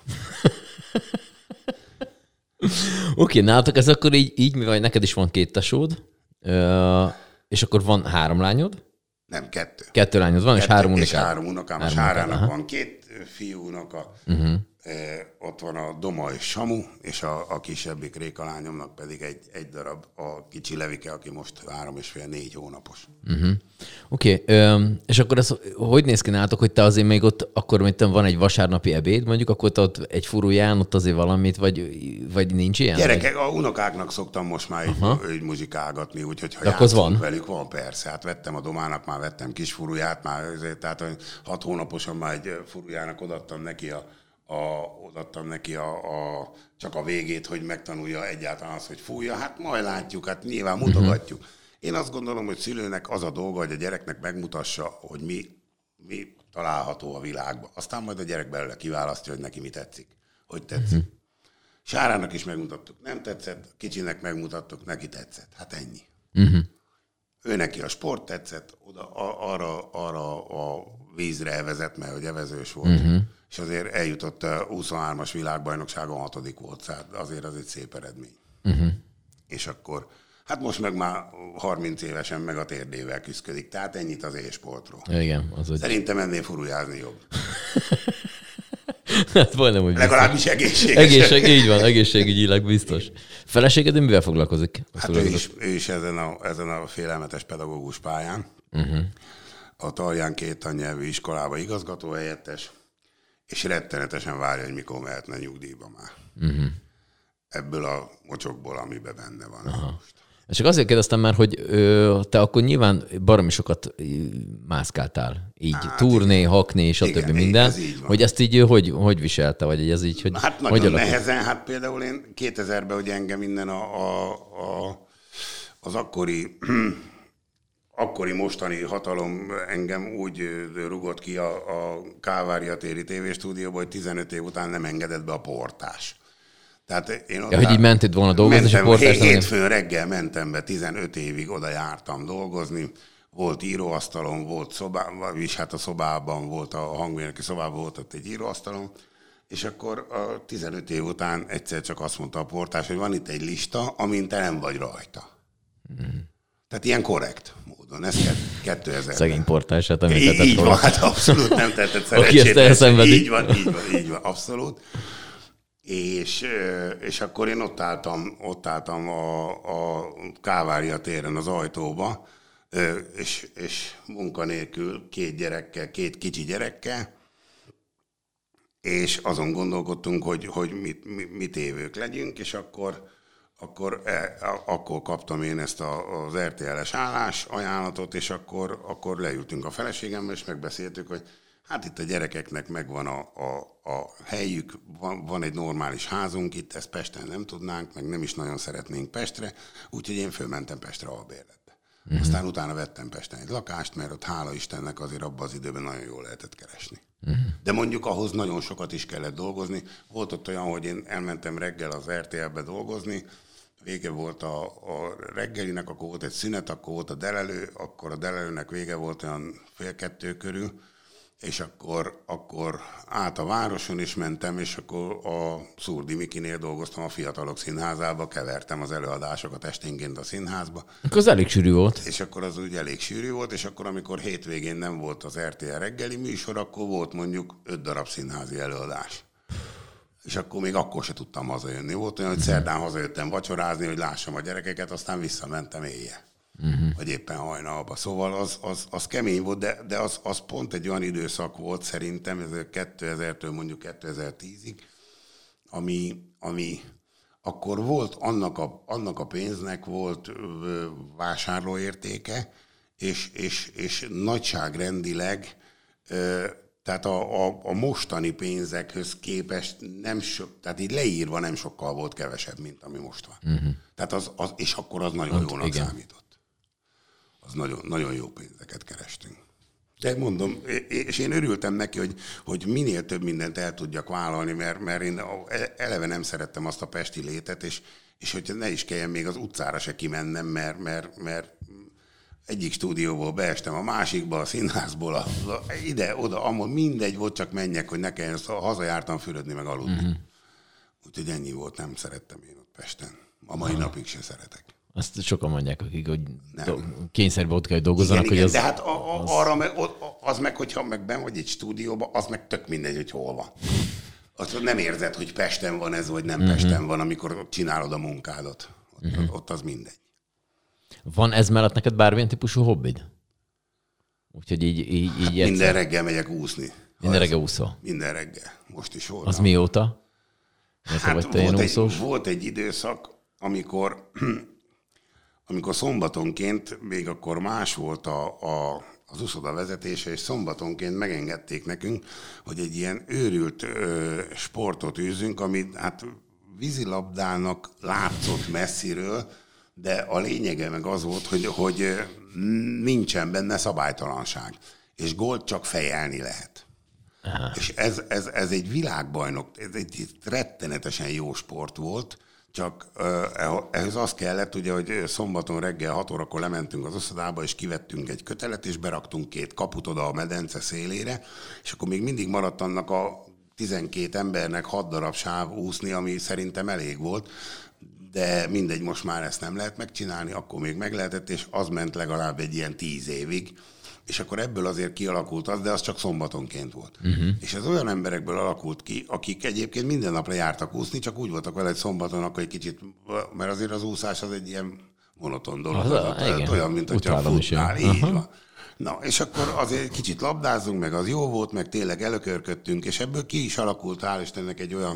Oké, okay, nálatok ez akkor így, így, mivel neked is van két tesód, és akkor van három lányod? Nem, kettő. Kettő lányod van, kettő, és három unokád. És három unokám. A Sárának van két fiú unoka, uh-huh. eh, ott van a Doma és Samu, és a, a kisebbik Réka lányomnak pedig egy, egy darab a kicsi Levike, aki most három és fél, négy hónapos. Uh-huh. Oké, okay. És akkor ez hogy néz ki nálatok, hogy te azért még ott, akkor mint van egy vasárnapi ebéd, mondjuk, akkor te ott egy furuján, ott azért valamit, vagy, vagy nincs ilyen? Gyerekek, a unokáknak szoktam most már így, így muzsikálgatni, úgyhogy ha játszunk van? velük, van persze. Hát vettem a Domának, már vettem kis furuját, már azért, tehát hat hónaposan már egy furujának odattam neki a, a, odattam neki a, a, csak a végét, hogy megtanulja egyáltalán azt, hogy fújja. Hát majd látjuk, hát nyilván mutogatjuk. Uh-huh. Én azt gondolom, hogy szülőnek az a dolga, hogy a gyereknek megmutassa, hogy mi, mi található a világban. Aztán majd a gyerek belőle kiválasztja, hogy neki mi tetszik, hogy tetszik. Uh-huh. Sárának is megmutattuk, nem tetszett, kicsinek megmutattuk, neki tetszett. Hát ennyi. Uh-huh. Ő neki a sport tetszett, oda, a, arra, arra a vízre elvezett, mert hogy evezős volt. Uh-huh. És azért eljutott a huszonhármas világbajnokságon hatodik volt, tehát azért az egy szép eredmény. Uh-huh. És akkor... Hát most meg már harminc évesen meg a térdével küszködik, tehát ennyit az e-sportról. Igen. Az Szerintem ennél furujázni jobb. Hát majdnem úgy legalábbis egészséges. Egészség, így van, egészségügyileg biztos. Feleséged mivel foglalkozik? Hát ő is, ő is ezen, a, ezen a félelmetes pedagógus pályán. Uh-huh. A Talján két tannyelvű iskolába igazgatóhelyettes, és rettenetesen várja, hogy mikor mehetne nyugdíjba már. Uh-huh. Ebből a mocsokból, amiben benne van. Aha. Most. És csak azért kérdeztem már, hogy ö, te akkor nyilván baromi sokat mászkáltál. Így hát, turné, igen. hakné, és a többi minden. Ez hogy ezt így hogy, hogy viselte? Vagy ez így, hogy, hát hogy nagyon nehezen. Hát például én kétezerben, hogy engem innen a, a, a, az akkori, akkori mostani hatalom engem úgy rugott ki a, a Kálvária téri tévéstúdióba, hogy tizenöt év után nem engedett be a portás. Tehát én ja, hogy így mented volna dolgozni, mentem, és a portás... Hétfőn reggel mentem be, tizenöt évig oda jártam dolgozni, volt íróasztalom, volt szobám, vagyis hát a szobában volt, a hangmérnöki szobában volt ott egy íróasztalom, és akkor a tizenöt év után egyszer csak azt mondta a portás, hogy van itt egy lista, amin te nem vagy rajta. Mm. Tehát ilyen korrekt módon, ez kétezer-ben. Szegény portását, amit így, tetett így van, hát abszolút nem tetett szerencsét. Így van, így van, így van, abszolút. És, és akkor én ott álltam, ott álltam a, a Kálvária téren az ajtóba, és, és munkanélkül két gyerekkel, két kicsi gyerekkel, és azon gondolkodtunk, hogy, hogy mit, mit évők legyünk, és akkor, akkor, akkor kaptam én ezt a, az er té el-es állás ajánlatot, és akkor, akkor leültünk a feleségemmel, és megbeszéltük, hogy hát itt a gyerekeknek megvan a, a, a helyük, van, van egy normális házunk, itt ezt Pesten nem tudnánk, meg nem is nagyon szeretnénk Pestre, úgyhogy én fölmentem Pestre albérletbe. Uh-huh. Aztán utána vettem Pesten egy lakást, mert ott hála Istennek azért abban az időben nagyon jól lehetett keresni. Uh-huh. De mondjuk ahhoz nagyon sokat is kellett dolgozni. Volt ott olyan, hogy én elmentem reggel az er té el-be dolgozni, vége volt a, a reggelinek, akkor volt egy szünet, akkor volt a delelő, akkor a delelőnek vége volt olyan fél kettő körül, és akkor, akkor át a városon is mentem, és akkor a Szurdi Mikinél dolgoztam a Fiatalok Színházába, kevertem az előadásokat esténként a színházba. Akkor az elég sűrű volt. És akkor az úgy elég sűrű volt, és akkor amikor hétvégén nem volt az er té el reggeli műsor, akkor volt mondjuk öt darab színházi előadás. És akkor még akkor se tudtam hazajönni. Volt olyan, hogy szerdán hazajöttem vacsorázni, hogy lássam a gyerekeket, aztán visszamentem éjjel. uh-huh. vagy éppen hajnalba. Szóval az, az, az kemény volt, de, de az, az pont egy olyan időszak volt szerintem, ez kétezertől mondjuk kétezer-tízig, ami, ami akkor volt annak a, annak a pénznek volt ö, vásárlóértéke, és, és, és nagyságrendileg, ö, tehát a, a, a mostani pénzekhöz képest nem so, tehát így leírva nem sokkal volt kevesebb, mint ami most van. Uh-huh. Tehát az, az, és akkor az nagyon hát, jónak igen. számított. Az nagyon, nagyon jó pénzeket kerestünk. De mondom, és én örültem neki, hogy, hogy minél több mindent el tudjak vállalni, mert, mert én eleve nem szerettem azt a pesti létet, és, és hogy ne is kelljen még az utcára se kimennem, mert, mert, mert egyik stúdióból beestem a másikba, a színházból, a, a, ide, oda, amúgy mindegy volt, csak menjek, hogy ne kelljen, hazajártam fürödni, meg aludni. Uh-huh. Úgyhogy ennyi volt, nem szerettem én ott Pesten. A mai uh-huh. napig se szeretek. Azt sokan mondják, akik, hogy do- kényszerben ott kell, hogy dolgozzanak. Igen, hogy igen, az, de hát a, a, az... arra meg, az meg, hogyha meg benn vagy egy stúdióban, az meg tök mindegy, hogy hol van. Azt nem érzed, hogy Pesten van ez, vagy nem uh-huh. Pesten van, amikor csinálod a munkádat. Ott, uh-huh. ott az mindegy. Van ez mellett neked bármilyen típusú hobbid? Úgyhogy így, így, így hát minden reggel megyek úszni. Minden reggel úszol? Minden reggel. Most is voltam. Az mióta? Hát volt egy, volt egy időszak, amikor, amikor szombatonként, még akkor más volt a, a, az uszoda vezetése, és szombatonként megengedték nekünk, hogy egy ilyen őrült ö, sportot űzünk, ami hát vízilabdának látszott messziről, de a lényege meg az volt, hogy, hogy nincsen benne szabálytalanság, és gólt csak fejelni lehet. Aha. És ez, ez, ez egy világbajnok, ez egy rettenetesen jó sport volt, csak uh, ehhez az kellett, ugye, hogy szombaton reggel hat órakor lementünk az oszodába, és kivettünk egy kötelet, és beraktunk két kaput oda a medence szélére, és akkor még mindig maradt annak a tizenkét embernek hat darab sáv úszni, ami szerintem elég volt, de mindegy, most már ezt nem lehet megcsinálni, akkor még meg lehetett, és az ment legalább egy ilyen tíz évig, és akkor ebből azért kialakult az, de az csak szombatonként volt. Uh-huh. És ez olyan emberekből alakult ki, akik egyébként minden nap lejártak úszni, csak úgy voltak vele, hogy szombaton akkor egy kicsit, mert azért az úszás az egy ilyen monoton dolog. Az, az, az olyan, mint hogyha futnál, így uh-huh. van. Na, és akkor azért kicsit labdázunk, meg az jó volt, meg tényleg elökörködtünk, és ebből ki is alakult, hál' Istennek, egy olyan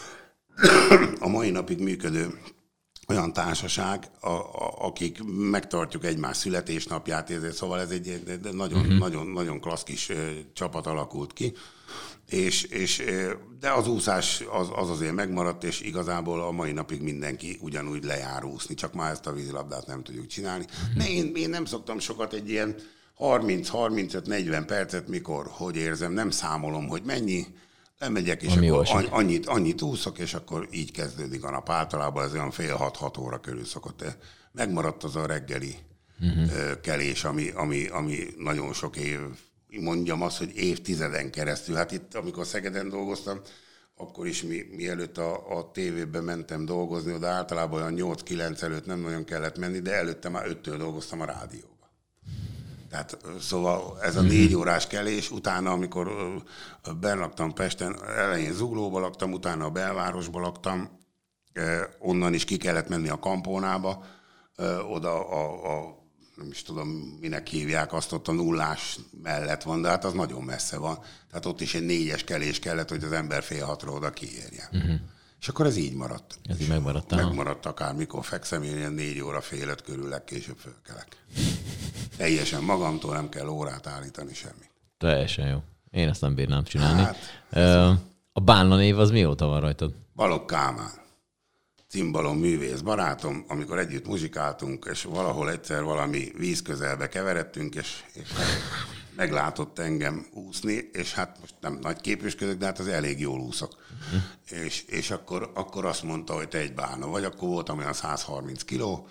a mai napig működő olyan társaság, a, a, akik megtartjuk egymás születésnapját, ezért, szóval ez egy nagyon, uh-huh. nagyon, nagyon klassz kis csapat alakult ki, és, és, de az úszás az, az azért megmaradt, és igazából a mai napig mindenki ugyanúgy lejár úszni, csak már ezt a vízilabdát nem tudjuk csinálni. Uh-huh. Ne, én, én nem szoktam sokat egy ilyen harminc-harmincöt-negyven percet, mikor, hogy érzem, nem számolom, hogy mennyi, lemegyek, és Ami akkor annyit, annyit úszok, és akkor így kezdődik a nap. Általában ez olyan fél hat-hat óra körül szokott. Megmaradt az a reggeli uh-huh. kelés, ami, ami, ami nagyon sok év, mondjam azt, hogy évtizeden keresztül. Hát itt, amikor Szegeden dolgoztam, akkor is mi, mielőtt a, a tévében mentem dolgozni, oda általában olyan nyolc-kilenc előtt nem nagyon kellett menni, de előtte már öttől dolgoztam a rádióban. Tehát szóval ez a négy órás kelés, utána, amikor benn laktam Pesten, elején Zuglóba laktam, utána a belvárosba laktam, onnan is ki kellett menni a Kampónába, oda a, a nem is tudom, minek hívják, azt ott a nullás mellett van, de hát az nagyon messze van. Tehát ott is egy négyes kelés kellett, hogy az ember fél hatra oda kiérjen. Uh-huh. És akkor ez így maradt. Ez így megmaradt. Megmaradt akár, mikor fekszem, én ilyen négy óra, fél öt körül legkésőbb fölkelek. Teljesen magamtól nem kell órát állítani semmit. Teljesen jó. Én ezt nem bírnám csinálni. Hát, a Bálna név az mióta van rajtad? Balogh Kálmán. Cimbalom művész barátom, amikor együtt muzsikáltunk, és valahol egyszer valami víz közelbe keveredtünk, és, és meglátott engem úszni, és hát most nem nagy képüsködök, de hát az elég jól úszok. Uh-huh. És, és akkor, akkor azt mondta, hogy te egy bálna vagy, akkor voltam olyan száz harminc kiló,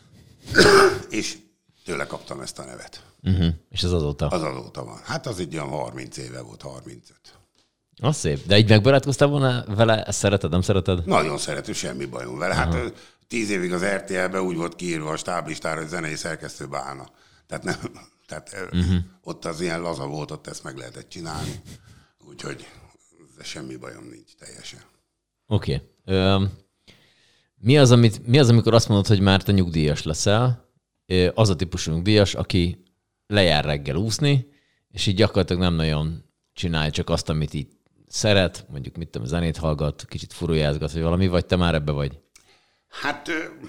és tőle kaptam ezt a nevet. Uh-huh. És ez azóta? Az azóta van. Hát az egy olyan harminc éve volt, harmincöt. Az szép. De így megbarátkoztál volna vele? Ezt szereted, nem szereted? Nagyon szerető, semmi bajom vele. Hát uh-huh. tíz évig az er té el-ben úgy volt kiírva a stáblistára, hogy zenei szerkesztő bálna. Tehát, nem, tehát uh-huh. ott az ilyen laza volt, ott ezt meg lehetett csinálni. Úgyhogy semmi bajom nincs teljesen. Oké. Okay. Mi az, amit, mi az, amikor azt mondod, hogy már te nyugdíjas leszel, az a típusú nyugdíjas, aki lejár reggel úszni, és így gyakorlatilag nem nagyon csinálja csak azt, amit így szeret, mondjuk mit tudom, zenét hallgat, kicsit furujázgat, vagy valami, vagy te már ebbe vagy? Hát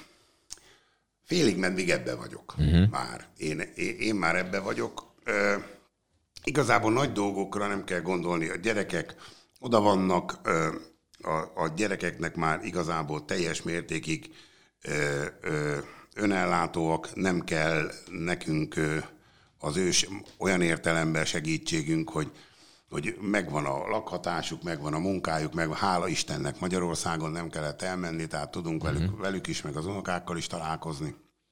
félig meddig ebbe vagyok uh-huh. már. Én, én, én már ebbe vagyok. Ö, igazából nagy dolgokra nem kell gondolni. A gyerekek oda vannak, ö, a, a gyerekeknek már igazából teljes mértékig ö, ö, önellátóak, nem kell nekünk ö, az ős olyan értelemben segítségünk, hogy hogy megvan a lakhatásuk, megvan a munkájuk, megvan, hála Istennek Magyarországon nem kellett elmenni, tehát tudunk uh-huh. velük, velük is, meg az unokákkal is találkozni.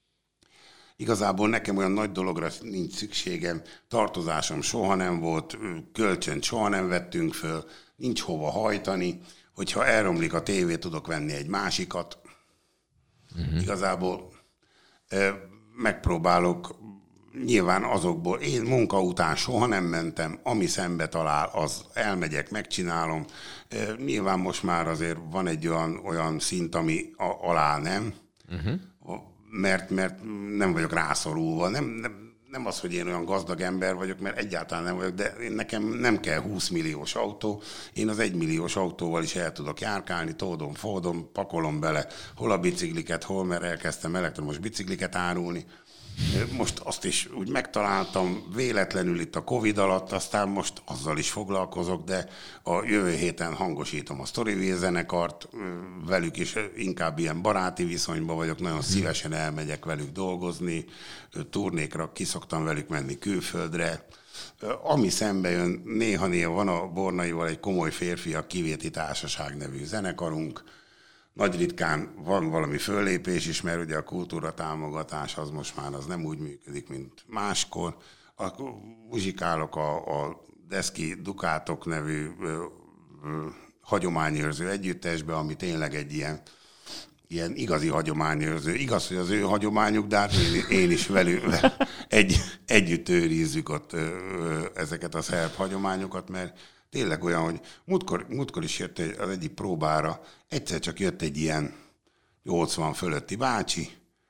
Igazából nekem olyan nagy dologra nincs szükségem, tartozásom soha nem volt, kölcsönt soha nem vettünk föl, nincs hova hajtani, hogyha elromlik a tévé, tudok venni egy másikat. Uh-huh. Igazából eh, megpróbálok. Nyilván azokból, én munka után soha nem mentem, ami szembe talál, az elmegyek, megcsinálom. Nyilván most már azért van egy olyan, olyan szint, ami a, alá nem, uh-huh. mert, mert nem vagyok rászorulva. Nem, nem, nem az, hogy én olyan gazdag ember vagyok, mert egyáltalán nem vagyok, de nekem nem kell húsz milliós autó. Én az egy milliós autóval is el tudok járkálni, tódom, fódom, pakolom bele, hol a bicikliket, hol, mert elkezdtem elektromos bicikliket árulni. Most azt is úgy megtaláltam véletlenül itt a Covid alatt, aztán most azzal is foglalkozok, de a jövő héten hangosítom a Storyville zenekart, velük is inkább ilyen baráti viszonyban vagyok, nagyon szívesen elmegyek velük dolgozni, turnékra ki szoktam velük menni külföldre. Ami szembe jön, néha-néha van a Bornaival egy komoly férfiak kivéti társaság nevű zenekarunk, nagy ritkán van valami föllépés is, mert ugye a kultúra támogatás az most már az nem úgy működik, mint máskor. Akkor muzsikálok a, a Deszki Dukátok nevű ö, ö, hagyományőrző együttesbe, ami tényleg egy ilyen, ilyen igazi hagyományőrző. Igaz, hogy az ő hagyományuk, de hát én, én is velük egy, együtt őrizzük ott ö, ö, ezeket a szerb hagyományokat, mert tényleg olyan, hogy múltkor, múltkor is jött az egyik próbára, egyszer csak jött egy ilyen nyolcvan fölötti bácsi,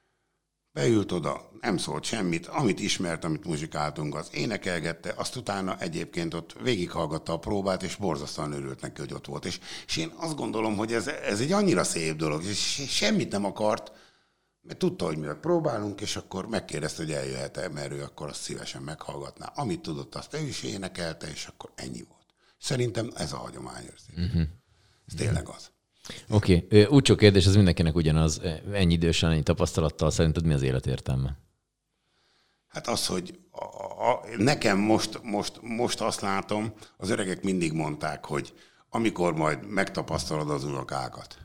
beült oda, nem szólt semmit, amit ismert, amit muzsikáltunk, az énekelgette, azt utána egyébként ott végighallgatta a próbát, és borzasztóan örült neki, hogy ott volt. És, és én azt gondolom, hogy ez, ez egy annyira szép dolog, és semmit nem akart, mert tudta, hogy mivel próbálunk, és akkor megkérdezte, hogy eljöhet-e, mert ő akkor azt szívesen meghallgatná. Amit tudott, azt ő is énekelte, és akkor ennyi volt. Szerintem ez a hagyományőrzés. Uh-huh. Ez tényleg az. Oké. Okay. Úgy sok kérdés, ez mindenkinek ugyanaz. Ennyi idősen, ennyi tapasztalattal szerinted mi az élet értelme? Hát az, hogy a, a, nekem most, most, most azt látom, az öregek mindig mondták, hogy amikor majd megtapasztalod az unokákat.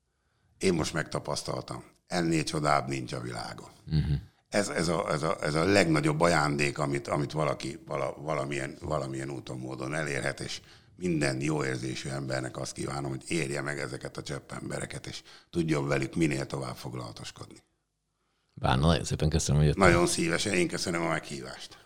Én most megtapasztaltam. Ennél csodább nincs a világon. Uh-huh. Ez, ez, a, ez, a, ez a legnagyobb ajándék, amit, amit valaki vala, valamilyen, valamilyen úton, módon elérhet, és minden jó érzésű embernek azt kívánom, hogy érje meg ezeket a csepp embereket, és tudjon velük minél tovább foglalatoskodni. Bárna, nagyon szépen köszönöm, hogy jöttem. Nagyon szívesen, én köszönöm a meghívást.